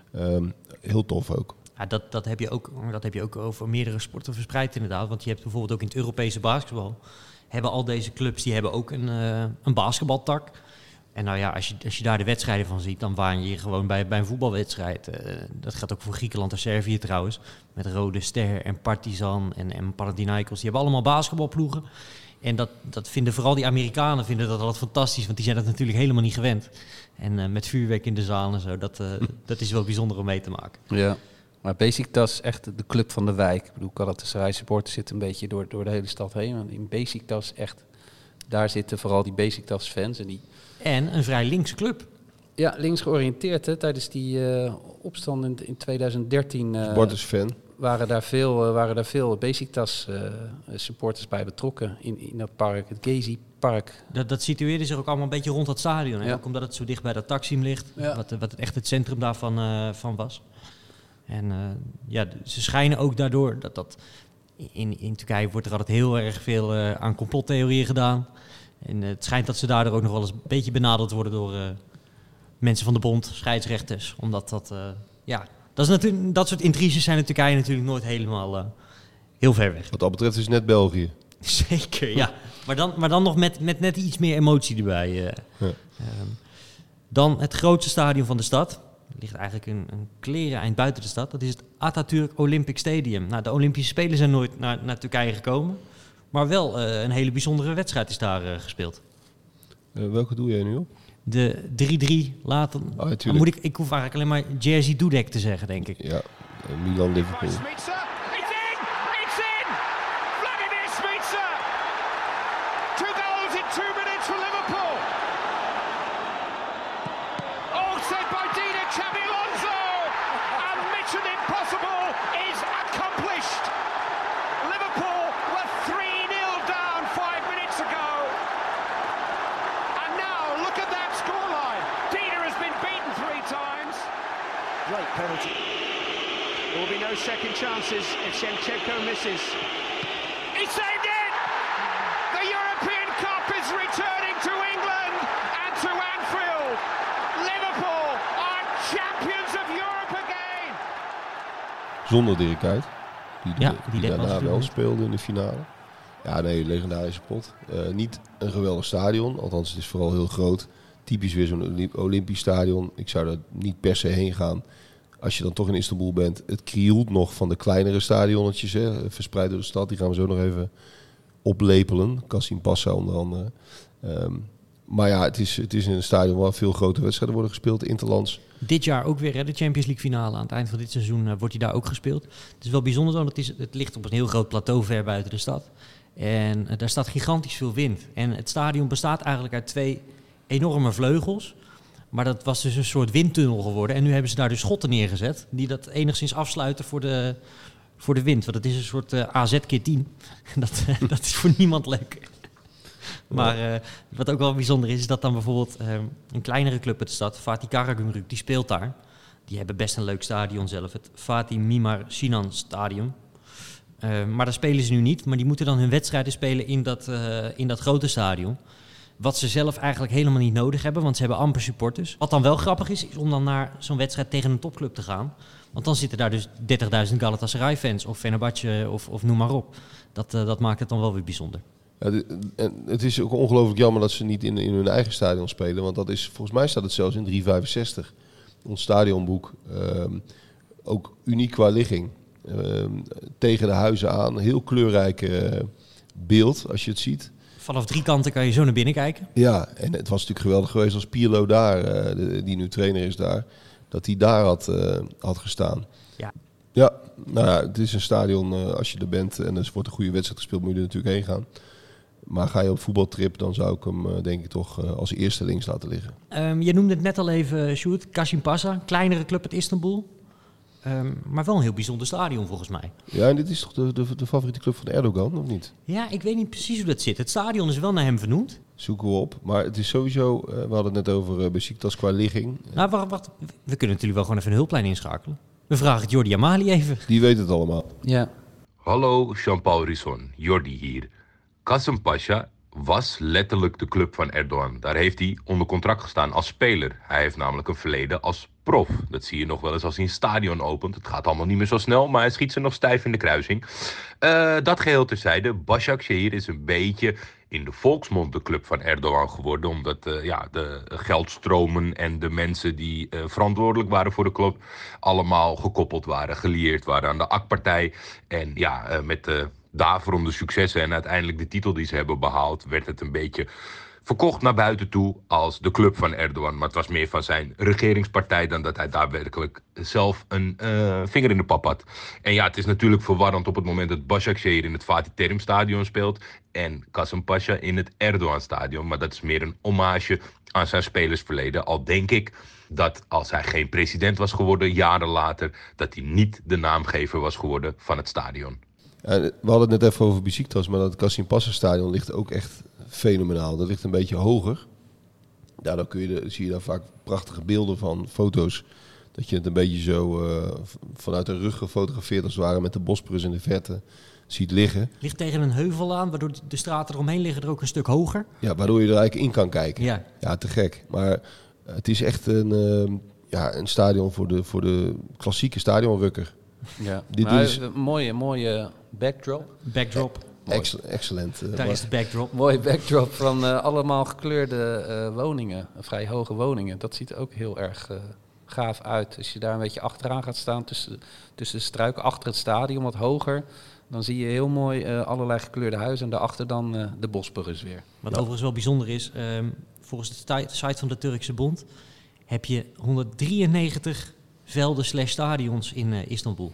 D: Heel tof ook.
A: Ja, dat heb je ook over meerdere sporten verspreid inderdaad. Want je hebt bijvoorbeeld ook in het Europese basketbal... hebben al deze clubs die hebben ook een basketbaltak. En nou ja, als je daar de wedstrijden van ziet... dan waan je gewoon bij een voetbalwedstrijd. Dat gaat ook voor Griekenland en Servië trouwens. Met Rode Ster en Partizan en Panathinaikos. Die hebben allemaal basketbalploegen. En dat vinden vooral die Amerikanen vinden dat altijd fantastisch. Want die zijn dat natuurlijk helemaal niet gewend. En met vuurwerk in de zaal en zo. Dat is wel bijzonder om mee te maken.
E: Ja. Maar Beşiktaş is echt de club van de wijk. Ik bedoel, Galatasaray supporters zitten een beetje door de hele stad heen. Want in Beşiktaş echt, daar zitten vooral die Beşiktaş fans.
A: En een vrij linkse club.
E: Ja, links georiënteerd. Hè. Tijdens die opstand in 2013
D: Bart is fan.
E: waren daar veel Beşiktaş supporters bij betrokken in dat park, het Gezi Park.
A: Dat situeerde zich ook allemaal een beetje rond dat stadion. Hè?
E: Ja.
A: Ook omdat het zo dicht bij dat Taksim ligt.
E: Ja.
A: Wat echt het centrum daarvan van was. En ze schijnen ook daardoor dat in Turkije wordt er altijd heel erg veel aan complottheorieën gedaan. En het schijnt dat ze daardoor ook nog wel eens een beetje benaderd worden door mensen van de bond, scheidsrechters. Omdat dat is natuurlijk, dat soort intriges zijn in Turkije natuurlijk nooit helemaal heel ver weg.
D: Wat dat betreft is het net België.
A: Zeker, ja. Maar dan nog met net iets meer emotie erbij.
D: Ja.
A: Dan het grootste stadion van de stad. Ligt eigenlijk een kleren eind buiten de stad. Dat is het Atatürk Olympic Stadium. Nou, de Olympische Spelen zijn nooit naar Turkije gekomen. Maar wel een hele bijzondere wedstrijd is daar gespeeld.
D: Welke doe jij nu op?
A: De 3-3 later.
D: Oh, ja,
A: dan ik hoef eigenlijk alleen maar Jerzy Dudek te zeggen, denk ik.
D: Ja, Milan-Liverpool.
C: Vladimir Smica! 2 goals in 2 minutes for Liverpool! Oh, There will be no second chances if Shevchenko misses. He saved it! The European Cup is returning to England and to Anfield. Liverpool are champions of Europe again.
D: Zonder Dirk Kuyt. Die
A: deed
D: daarna
A: wel
D: wel speelde in de finale. Ja, nee, legendarische pot. Niet een geweldig stadion. Althans, het is vooral heel groot. Typisch weer zo'n Olympisch stadion. Ik zou daar niet per se heen gaan. Als je dan toch in Istanbul bent. Het krioelt nog van de kleinere stadionnetjes. Verspreid door de stad. Die gaan we zo nog even oplepelen. Kasimpasa onder andere. Maar ja, het is in een stadion waar veel grote wedstrijden worden gespeeld. Interlands.
A: Dit jaar ook weer, hè, de Champions League finale. Aan het eind van dit seizoen wordt hij daar ook gespeeld. Het is wel bijzonder, want het ligt op een heel groot plateau ver buiten de stad. En daar staat gigantisch veel wind. En het stadion bestaat eigenlijk uit 2 enorme vleugels. Maar dat was dus een soort windtunnel geworden. En nu hebben ze daar dus schotten neergezet die dat enigszins afsluiten voor de wind. Want het is een soort AZ keer 10. Dat is voor niemand leuk. Maar wat ook wel bijzonder is dat dan bijvoorbeeld een kleinere club uit de stad, Fatih Karagümrük, die speelt daar. Die hebben best een leuk stadion zelf, het Fatih Mimar Sinan Stadium. Maar daar spelen ze nu niet, maar die moeten dan hun wedstrijden spelen in dat grote stadion. Wat ze zelf eigenlijk helemaal niet nodig hebben, want ze hebben amper supporters. Wat dan wel grappig is om dan naar zo'n wedstrijd tegen een topclub te gaan. Want dan zitten daar dus 30.000 Galatasaray-fans of Fenerbahce of noem maar op. Dat maakt het dan wel weer bijzonder.
D: Ja, en het is ook ongelooflijk jammer dat ze niet in hun eigen stadion spelen. Want dat is, volgens mij staat het zelfs in 365. Ons stadionboek. Ook uniek qua ligging. Tegen de huizen aan. Heel kleurrijk beeld als je het ziet.
A: Vanaf 3 kanten kan je zo naar binnen kijken.
D: Ja, en het was natuurlijk geweldig geweest als Pirlo daar, die nu trainer is daar, dat hij daar had gestaan.
A: Ja.
D: Ja, nou ja, het is een stadion, als je er bent en er wordt een goede wedstrijd gespeeld, moet je er natuurlijk heen gaan. Maar ga je op voetbaltrip, dan zou ik hem denk ik toch als eerste links laten liggen.
A: Je noemde het net al even, Sjoerd, Kasimpasa, kleinere club uit Istanbul. Maar wel een heel bijzonder stadion volgens mij.
D: Ja, en dit is toch de favoriete club van Erdogan, of niet?
A: Ja, ik weet niet precies hoe dat zit. Het stadion is wel naar hem vernoemd.
D: Zoeken we op. Maar het is sowieso, we hadden het net over Beşiktaş qua ligging.
A: Nou, wacht. We kunnen natuurlijk wel gewoon even een hulplijn inschakelen. We vragen het Jordi Amali even.
D: Die weet het allemaal.
E: Ja.
G: Hallo, Jean-Paul Risson, Jordi hier. Kasımpaşa was letterlijk de club van Erdogan. Daar heeft hij onder contract gestaan als speler. Hij heeft namelijk een verleden als prof. Dat zie je nog wel eens als hij een stadion opent. Het gaat allemaal niet meer zo snel, maar hij schiet ze nog stijf in de kruising. Dat geheel terzijde. Başakşehir is een beetje in de volksmond de club van Erdogan geworden. Omdat de geldstromen en de mensen die verantwoordelijk waren voor de club allemaal gekoppeld waren, gelieerd waren aan de AK-partij. En met de daverende successen en uiteindelijk de titel die ze hebben behaald, werd het een beetje verkocht naar buiten toe als de club van Erdogan. Maar het was meer van zijn regeringspartij dan dat hij daadwerkelijk zelf een vinger in de pap had. En ja, het is natuurlijk verwarrend op het moment dat Başakşehir in het Fatih Terim stadion speelt en Kasımpaşa in het Erdogan stadion. Maar dat is meer een hommage aan zijn spelersverleden. Al denk ik dat als hij geen president was geworden jaren later, dat hij niet de naamgever was geworden van het stadion.
D: Ja, we hadden het net even over Beşiktaş, maar dat Kasimpasa stadion ligt ook echt fenomenaal. Dat ligt een beetje hoger. Daardoor zie je daar vaak prachtige beelden van, foto's. Dat je het een beetje zo vanuit de rug gefotografeerd als het ware met de Bosporus in de verte ziet liggen.
A: Ligt tegen een heuvel aan, waardoor de straten eromheen liggen er ook een stuk hoger.
D: Ja, waardoor je er eigenlijk in kan kijken.
A: Ja,
D: ja, te gek. Maar het is echt een stadion voor de klassieke stadionrukker.
E: Ja,
D: Dit
E: maar
D: is
E: een mooie backdrop.
A: backdrop.
D: excellent.
A: Daar is de backdrop.
E: Mooie backdrop van allemaal gekleurde woningen, vrij hoge woningen. Dat ziet er ook heel erg gaaf uit. Als je daar een beetje achteraan gaat staan, tussen de struiken, achter het stadion, wat hoger, dan zie je heel mooi allerlei gekleurde huizen en daarachter dan de Bosporus weer.
A: Wat overigens wel bijzonder is, volgens de site van de Turkse Bond heb je 193 velden/stadions in Istanbul.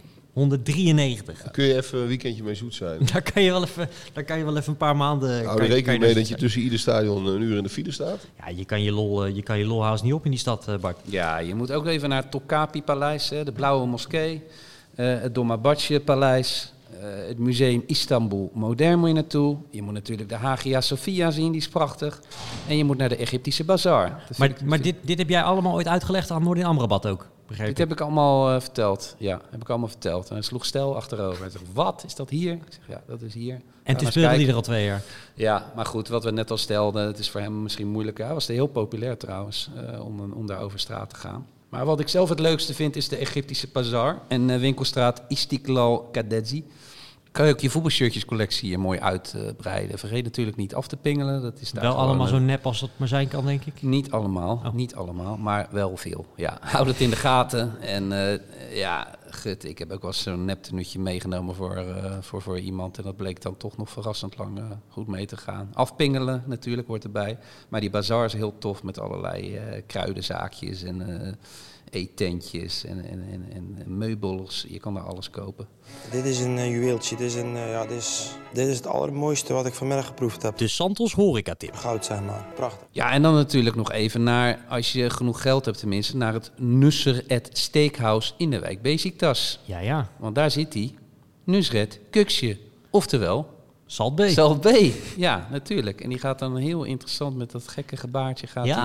A: 193.
D: Kun je even een weekendje mee zoet zijn?
A: Daar kan je wel even een paar maanden.
D: Hou er rekening mee dat je tussen ieder stadion een uur in de file staat?
A: Ja, je kan je lol haast niet op in die stad, Bart.
E: Ja, je moet ook even naar het Topkapi-paleis, de Blauwe Moskee, het Dolmabahce-paleis, het Museum Istanbul Modern moet je naartoe. Je moet natuurlijk de Hagia Sophia zien, die is prachtig. En je moet naar de Egyptische Bazaar.
A: Maar dit heb jij allemaal ooit uitgelegd aan Noordin Amrabat ook? begrepen.
E: Dit heb ik allemaal verteld. Ja, heb ik allemaal verteld. En hij sloeg Stel achterover. Hij zegt, wat? Is dat hier? Ik zeg, ja, dat is hier.
A: En toen speelde hij er al 2 jaar.
E: Ja, maar goed, wat we net al stelden, het is voor hem misschien moeilijker. Hij was heel populair trouwens, om daar over straat te gaan. Maar wat ik zelf het leukste vind, is de Egyptische Bazaar en winkelstraat Istiklal Kadezi. Kan je ook je voetbalshirtjescollectie mooi uitbreiden. Vergeet natuurlijk niet af te pingelen. Dat is daar
A: wel
E: gewoon,
A: allemaal zo nep als dat maar zijn kan, denk ik.
E: Niet allemaal, maar wel veel. Ja, houd het in de gaten. En ik heb ook wel eens zo'n neptenuutje meegenomen voor iemand. En dat bleek dan toch nog verrassend lang goed mee te gaan. Afpingelen natuurlijk hoort erbij. Maar die bazaar is heel tof met allerlei kruidenzaakjes en eetentjes en meubels. Je kan daar alles kopen.
H: Dit is een juweeltje. Dit is het allermooiste wat ik vanmiddag geproefd heb.
A: De Santos horecatip.
H: Goud zijn, man. Prachtig.
E: Ja, en dan natuurlijk nog even naar, als je genoeg geld hebt tenminste, naar het Nusret Steakhouse in de wijk Besiktas.
A: Ja.
E: Want daar zit hij. Nusret Köksje. Oftewel
A: Salt B.
E: Salt B, ja, natuurlijk. En die gaat dan heel interessant met dat gekke gebaartje.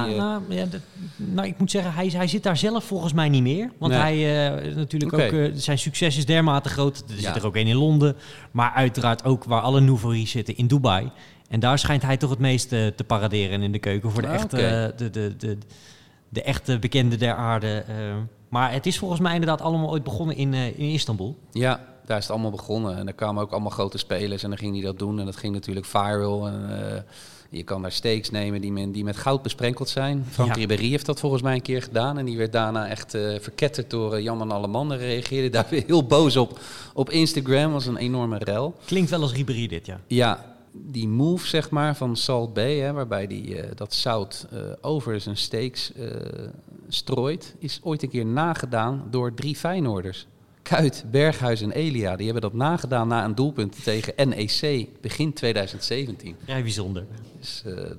A: Ik moet zeggen, hij zit daar zelf volgens mij niet meer. Want hij ook zijn succes is dermate groot. Er zit er ook één in Londen. Maar uiteraard ook waar alle nouveries zitten in Dubai. En daar schijnt hij toch het meest te paraderen in de keuken. Voor de echte bekende der aarde. Maar het is volgens mij inderdaad allemaal ooit begonnen in Istanbul.
E: Ja. Daar is het allemaal begonnen. En daar kwamen ook allemaal grote spelers en dan ging hij dat doen. En dat ging natuurlijk viral. En je kan daar steaks nemen die met goud besprenkeld zijn. Frank Ribéry heeft dat volgens mij een keer gedaan. En die werd daarna echt verketterd door Jan en Alleman. En reageerde daar weer heel boos op Instagram. Was een enorme rel.
A: Klinkt wel als Ribéry dit, ja.
E: Ja, die move zeg maar van Salt B, waarbij hij dat zout over zijn steaks strooit, is ooit een keer nagedaan door 3 Feyenoorders. Kuit, Berghuis en Elia, die hebben dat nagedaan na een doelpunt tegen NEC begin 2017.
A: Ja, bijzonder.
E: Dus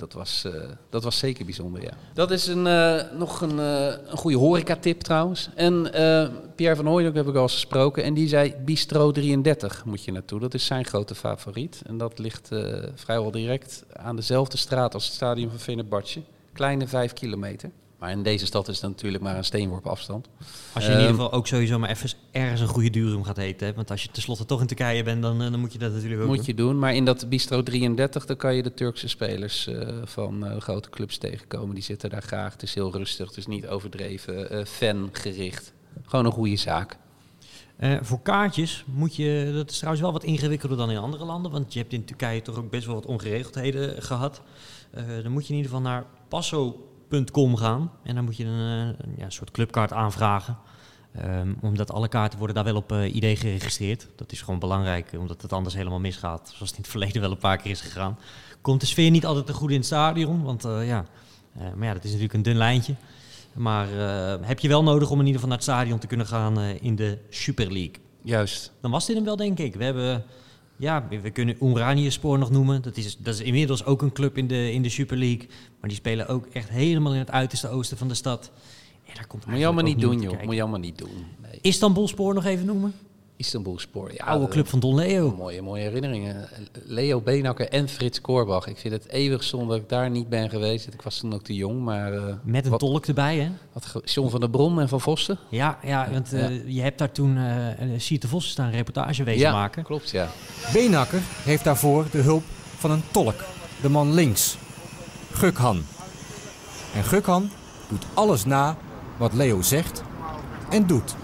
E: dat was zeker bijzonder, ja. Dat is nog een goede horecatip trouwens. En Pierre van Hooijdonk heb ik al eens gesproken en die zei Bistro 33 moet je naartoe. Dat is zijn grote favoriet. En dat ligt vrijwel direct aan dezelfde straat als het stadion van Fenerbahce. Kleine 5 kilometer. Maar in deze stad is het natuurlijk maar een steenworp afstand.
A: Als je in ieder geval ook sowieso maar even ergens een goede durum gaat eten. Hè? Want als je tenslotte toch in Turkije bent, dan moet je dat natuurlijk ook
E: moet je doen. Maar in dat Bistro 33, dan kan je de Turkse spelers van de grote clubs tegenkomen. Die zitten daar graag. Het is heel rustig, het is niet overdreven, fangericht. Gewoon een goede zaak.
A: Voor kaartjes moet je, dat is trouwens wel wat ingewikkelder dan in andere landen. Want je hebt in Turkije toch ook best wel wat ongeregeldheden gehad. Dan moet je in ieder geval naar passo.com gaan. En dan moet je een soort clubkaart aanvragen. Omdat alle kaarten worden daar wel op ID geregistreerd. Dat is gewoon belangrijk, omdat het anders helemaal misgaat. Zoals het in het verleden wel een paar keer is gegaan. Komt de sfeer niet altijd te goed in het stadion. Want maar dat is natuurlijk een dun lijntje. Maar heb je wel nodig om in ieder geval naar het stadion te kunnen gaan in de Super League.
E: Juist.
A: Dan was dit hem wel, denk ik. We kunnen Umraniyespor nog noemen. Dat is inmiddels ook een club in de Super League. Maar die spelen ook echt helemaal in het uiterste oosten van de stad. En daar komt
E: moet je allemaal niet doen, joh. Moet je allemaal niet doen. Nee.
A: Istanbulspor nog even noemen?
E: Istanbulspor, ja.
A: Oude club van Don Leo.
E: Mooie herinneringen. Leo Beenhakker en Frits Korbach. Ik vind het eeuwig zonde dat ik daar niet ben geweest. Ik was toen ook te jong, maar...
A: Met een tolk erbij, hè?
E: John van der Brom en Van Vossen.
A: Ja, want je hebt daar toen Siert de Vos staan een reportage wezen maken.
E: Klopt, ja.
I: Beenhakker heeft daarvoor de hulp van een tolk. De man links. Gukhan. En Gukhan doet alles na wat Leo zegt en doet.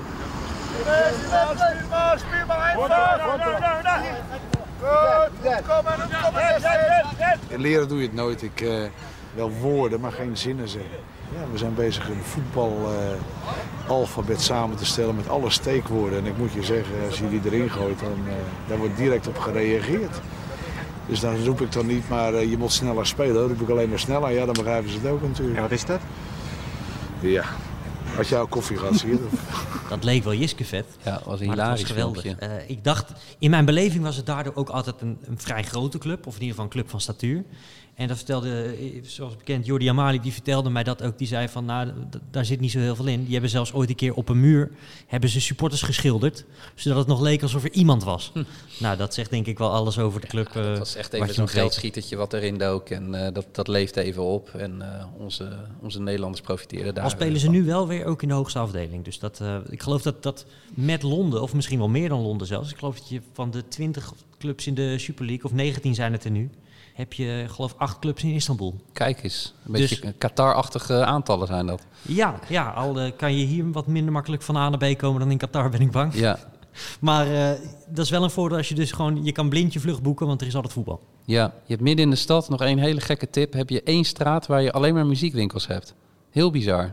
J: In leren doe je het nooit. Wel woorden, maar geen zinnen zeggen. Ja, we zijn bezig een voetbalalfabet samen te stellen met alle steekwoorden. En ik moet je zeggen, als je die erin gooit, dan wordt direct op gereageerd. Dus dan roep ik dan niet, maar je moet sneller spelen. Dan roep ik alleen maar sneller. Ja, dan begrijpen ze het ook natuurlijk.
I: En wat is dat?
J: Ja, had jij al koffie gehad, zie je?
A: Dat leek wel Jiskevet.
E: Ja, dat was een
A: maar dat was
E: hilarisch
A: geweldig.
E: filmpje.
A: Ik dacht, in mijn beleving was het daardoor ook altijd een vrij grote club. Of in ieder geval een club van statuur. En dat vertelde, zoals bekend, Jordi Amali, die vertelde mij dat ook. Die zei van, nou, daar zit niet zo heel veel in. Die hebben zelfs ooit een keer op een muur, hebben ze supporters geschilderd. Zodat het nog leek alsof er iemand was. Nou, dat zegt denk ik wel alles over de club.
E: Ja, dat was echt even zo'n geldschietertje wat erin dook. En dat leeft even op. En onze Nederlanders profiteren daar.
A: Al spelen ze nu wel weer ook in de hoogste afdeling. Dus ik geloof dat met Londen, of misschien wel meer dan Londen zelfs. Ik geloof dat je van de 20 clubs in de Super League, of 19 zijn het er nu, heb je geloof 8 clubs in Istanbul.
E: Kijk eens, een beetje Qatar-achtige aantallen zijn dat.
A: Ja, al kan je hier wat minder makkelijk van A naar B komen dan in Qatar, ben ik bang.
E: Ja.
A: Maar dat is wel een voordeel als je dus gewoon, je kan blind je vlucht boeken, want er is altijd voetbal.
E: Ja, je hebt midden in de stad, nog één hele gekke tip, heb je 1 straat waar je alleen maar muziekwinkels hebt. Heel bizar.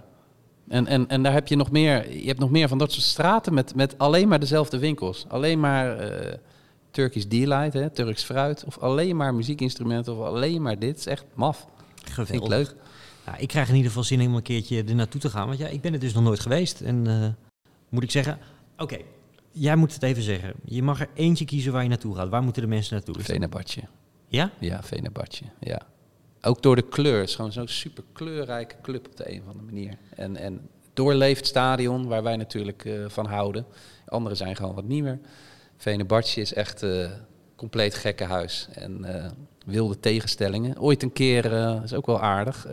E: En daar heb je nog meer, je hebt nog meer van dat soort straten met alleen maar dezelfde winkels. Alleen maar Turkish Delight, hè, Turks fruit, of alleen maar muziekinstrumenten, of alleen maar dit. Het is echt maf.
A: Geweldig.
E: Vind ik leuk.
A: Nou, ik krijg in ieder geval zin om een keertje er naartoe te gaan, want ja, ik ben er dus nog nooit geweest. En moet ik zeggen, oké, jij moet het even zeggen. Je mag er eentje kiezen waar je naartoe gaat. Waar moeten de mensen naartoe?
E: Fenerbahçe.
A: Ja?
E: Ja, Fenerbahçe, ja. Ook door de kleur. Het is gewoon zo'n super kleurrijke club op de een of andere manier. En doorleefd stadion, waar wij natuurlijk van houden. Anderen zijn gewoon wat nieuwer. Fenerbahçe is echt compleet gekkenhuis. En wilde tegenstellingen. Ooit een keer, is ook wel aardig,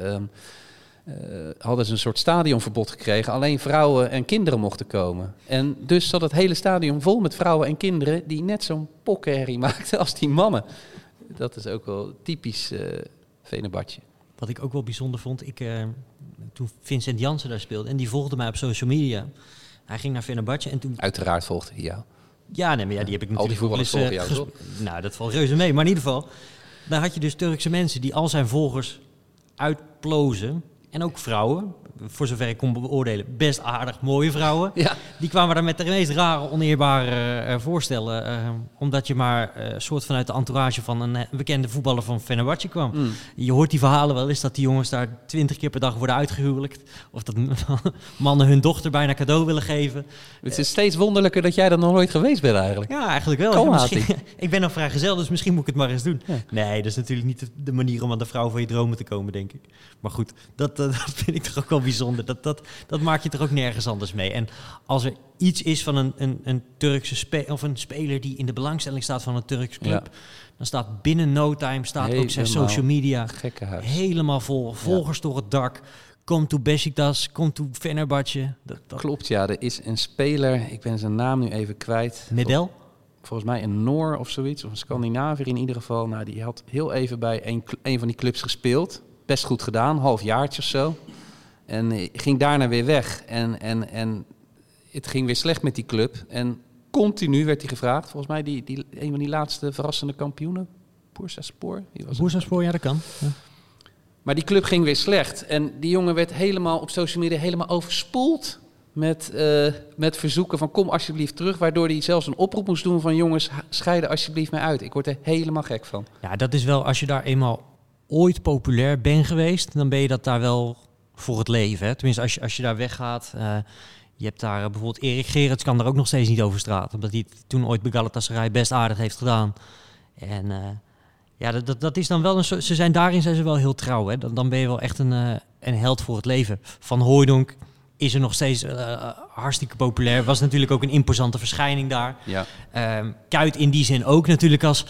E: hadden ze een soort stadionverbod gekregen. Alleen vrouwen en kinderen mochten komen. En dus zat het hele stadion vol met vrouwen en kinderen die net zo'n pokkenherrie maakten als die mannen. Dat is ook wel typisch Fenerbahçe.
A: Wat ik ook wel bijzonder vond, toen Vincent Janssen daar speelde, en die volgde mij op social media. Hij ging naar Fenerbahçe en toen...
E: Uiteraard volgde hij jou.
A: Ja, nee, maar ja, die heb ik natuurlijk...
E: Al die voetballers volgen jou, toch?
A: Nou, dat valt reuze mee. Maar in ieder geval, daar had je dus Turkse mensen die al zijn volgers uitplozen. En ook vrouwen, voor zover ik kon beoordelen, best aardig mooie vrouwen. Ja. Die kwamen daar met de meest rare, oneerbare voorstellen. Omdat je maar soort vanuit de entourage van een bekende voetballer van Fenerbahçe kwam. Mm. Je hoort die verhalen wel eens dat die jongens daar 20 keer per dag worden uitgehuwelijkt. Of dat mannen hun dochter bijna cadeau willen geven.
E: Het is steeds wonderlijker dat jij er nog nooit geweest bent eigenlijk.
A: Ja, eigenlijk wel. Ik ben nog vrijgezel, dus misschien moet ik het maar eens doen. Ja. Nee, dat is natuurlijk niet de manier om aan de vrouw van je dromen te komen, denk ik. Maar goed, dat vind ik toch ook wel bijzonder. Dat maak je toch ook nergens anders mee. En als er iets is van een Turkse of een speler die in de belangstelling staat van een Turkse club, dan staat binnen no time ook zijn social media helemaal vol. Volgers door het dak. Kom to Beşiktaş, kom to Fenerbahçe.
E: Klopt, ja. Er is een speler, ik ben zijn naam nu even kwijt.
A: Medel?
E: Volgens mij een Noor of zoiets, of een Scandinaviër in ieder geval. Nou, die had heel even bij een van die clubs gespeeld. Best goed gedaan, halfjaartje of zo. En ging daarna weer weg. En het ging weer slecht met die club. En continu werd hij gevraagd. Volgens mij een van die laatste verrassende kampioenen. Bursaspor.
A: Bursaspor, ja, dat kan. Ja.
E: Maar die club ging weer slecht. En die jongen werd helemaal op social media helemaal overspoeld met verzoeken van kom alsjeblieft terug. Waardoor hij zelfs een oproep moest doen van jongens, scheiden alsjeblieft mij uit. Ik word er helemaal gek van.
A: Ja, dat is wel, als je daar eenmaal ooit populair bent geweest, dan ben je dat daar wel voor het leven. Hè? Tenminste, als je daar weggaat. Je hebt daar bijvoorbeeld Erik Gerrits kan daar ook nog steeds niet over straat. Omdat hij het toen ooit bij Galatasaray best aardig heeft gedaan. En dat is dan wel daarin zijn ze wel heel trouw. Hè? Dan ben je wel echt een held voor het leven. Van Hooijdonk is er nog steeds hartstikke populair. Was natuurlijk ook een imposante verschijning daar. Ja. Kuyt in die zin ook natuurlijk als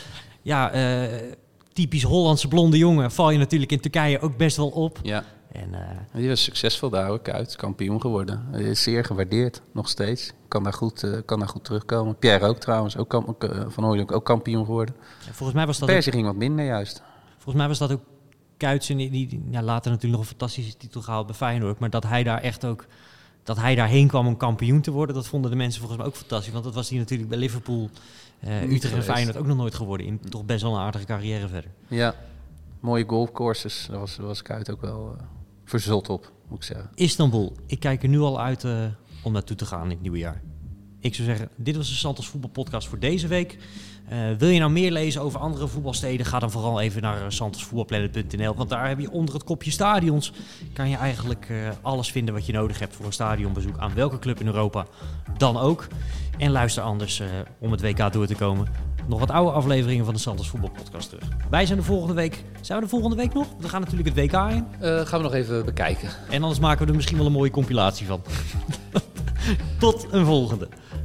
A: typisch Hollandse blonde jongen. Val je natuurlijk in Turkije ook best wel op. Ja.
E: En, die was succesvol daar ook uit, kampioen geworden. Hij is zeer gewaardeerd, nog steeds. Kan daar goed terugkomen. Pierre ook trouwens, Van Hooijdonk ook kampioen geworden. Ja,
A: volgens mij was dat
E: Persie ging wat minder juist.
A: Volgens mij was dat ook Kuyt, die later natuurlijk nog een fantastische titel gehaald bij Feyenoord. Maar dat hij daar echt ook, dat hij daarheen kwam om kampioen te worden, dat vonden de mensen volgens mij ook fantastisch. Want dat was hij natuurlijk bij Liverpool, Utrecht en Feyenoord ook nog nooit geworden. In toch best wel een aardige carrière verder.
E: Ja, mooie golfcourses. Daar was Kuyt ook wel verzot op, moet ik zeggen.
A: Istanbul. Ik kijk er nu al uit om naartoe te gaan in het nieuwe jaar. Ik zou zeggen, dit was de Santos Voetbalpodcast voor deze week. Wil je nou meer lezen over andere voetbalsteden? Ga dan vooral even naar santosvoetbalplanet.nl. Want daar heb je onder het kopje stadions. Kan je eigenlijk alles vinden wat je nodig hebt voor een stadionbezoek aan welke club in Europa dan ook. En luister anders om het WK door te komen. Nog wat oude afleveringen van de Santos Voetbalpodcast terug. Wij zijn de volgende week. Zijn we de volgende week nog? We gaan natuurlijk het WK in.
E: Gaan we nog even bekijken.
A: En anders maken we er misschien wel een mooie compilatie van. Tot een volgende.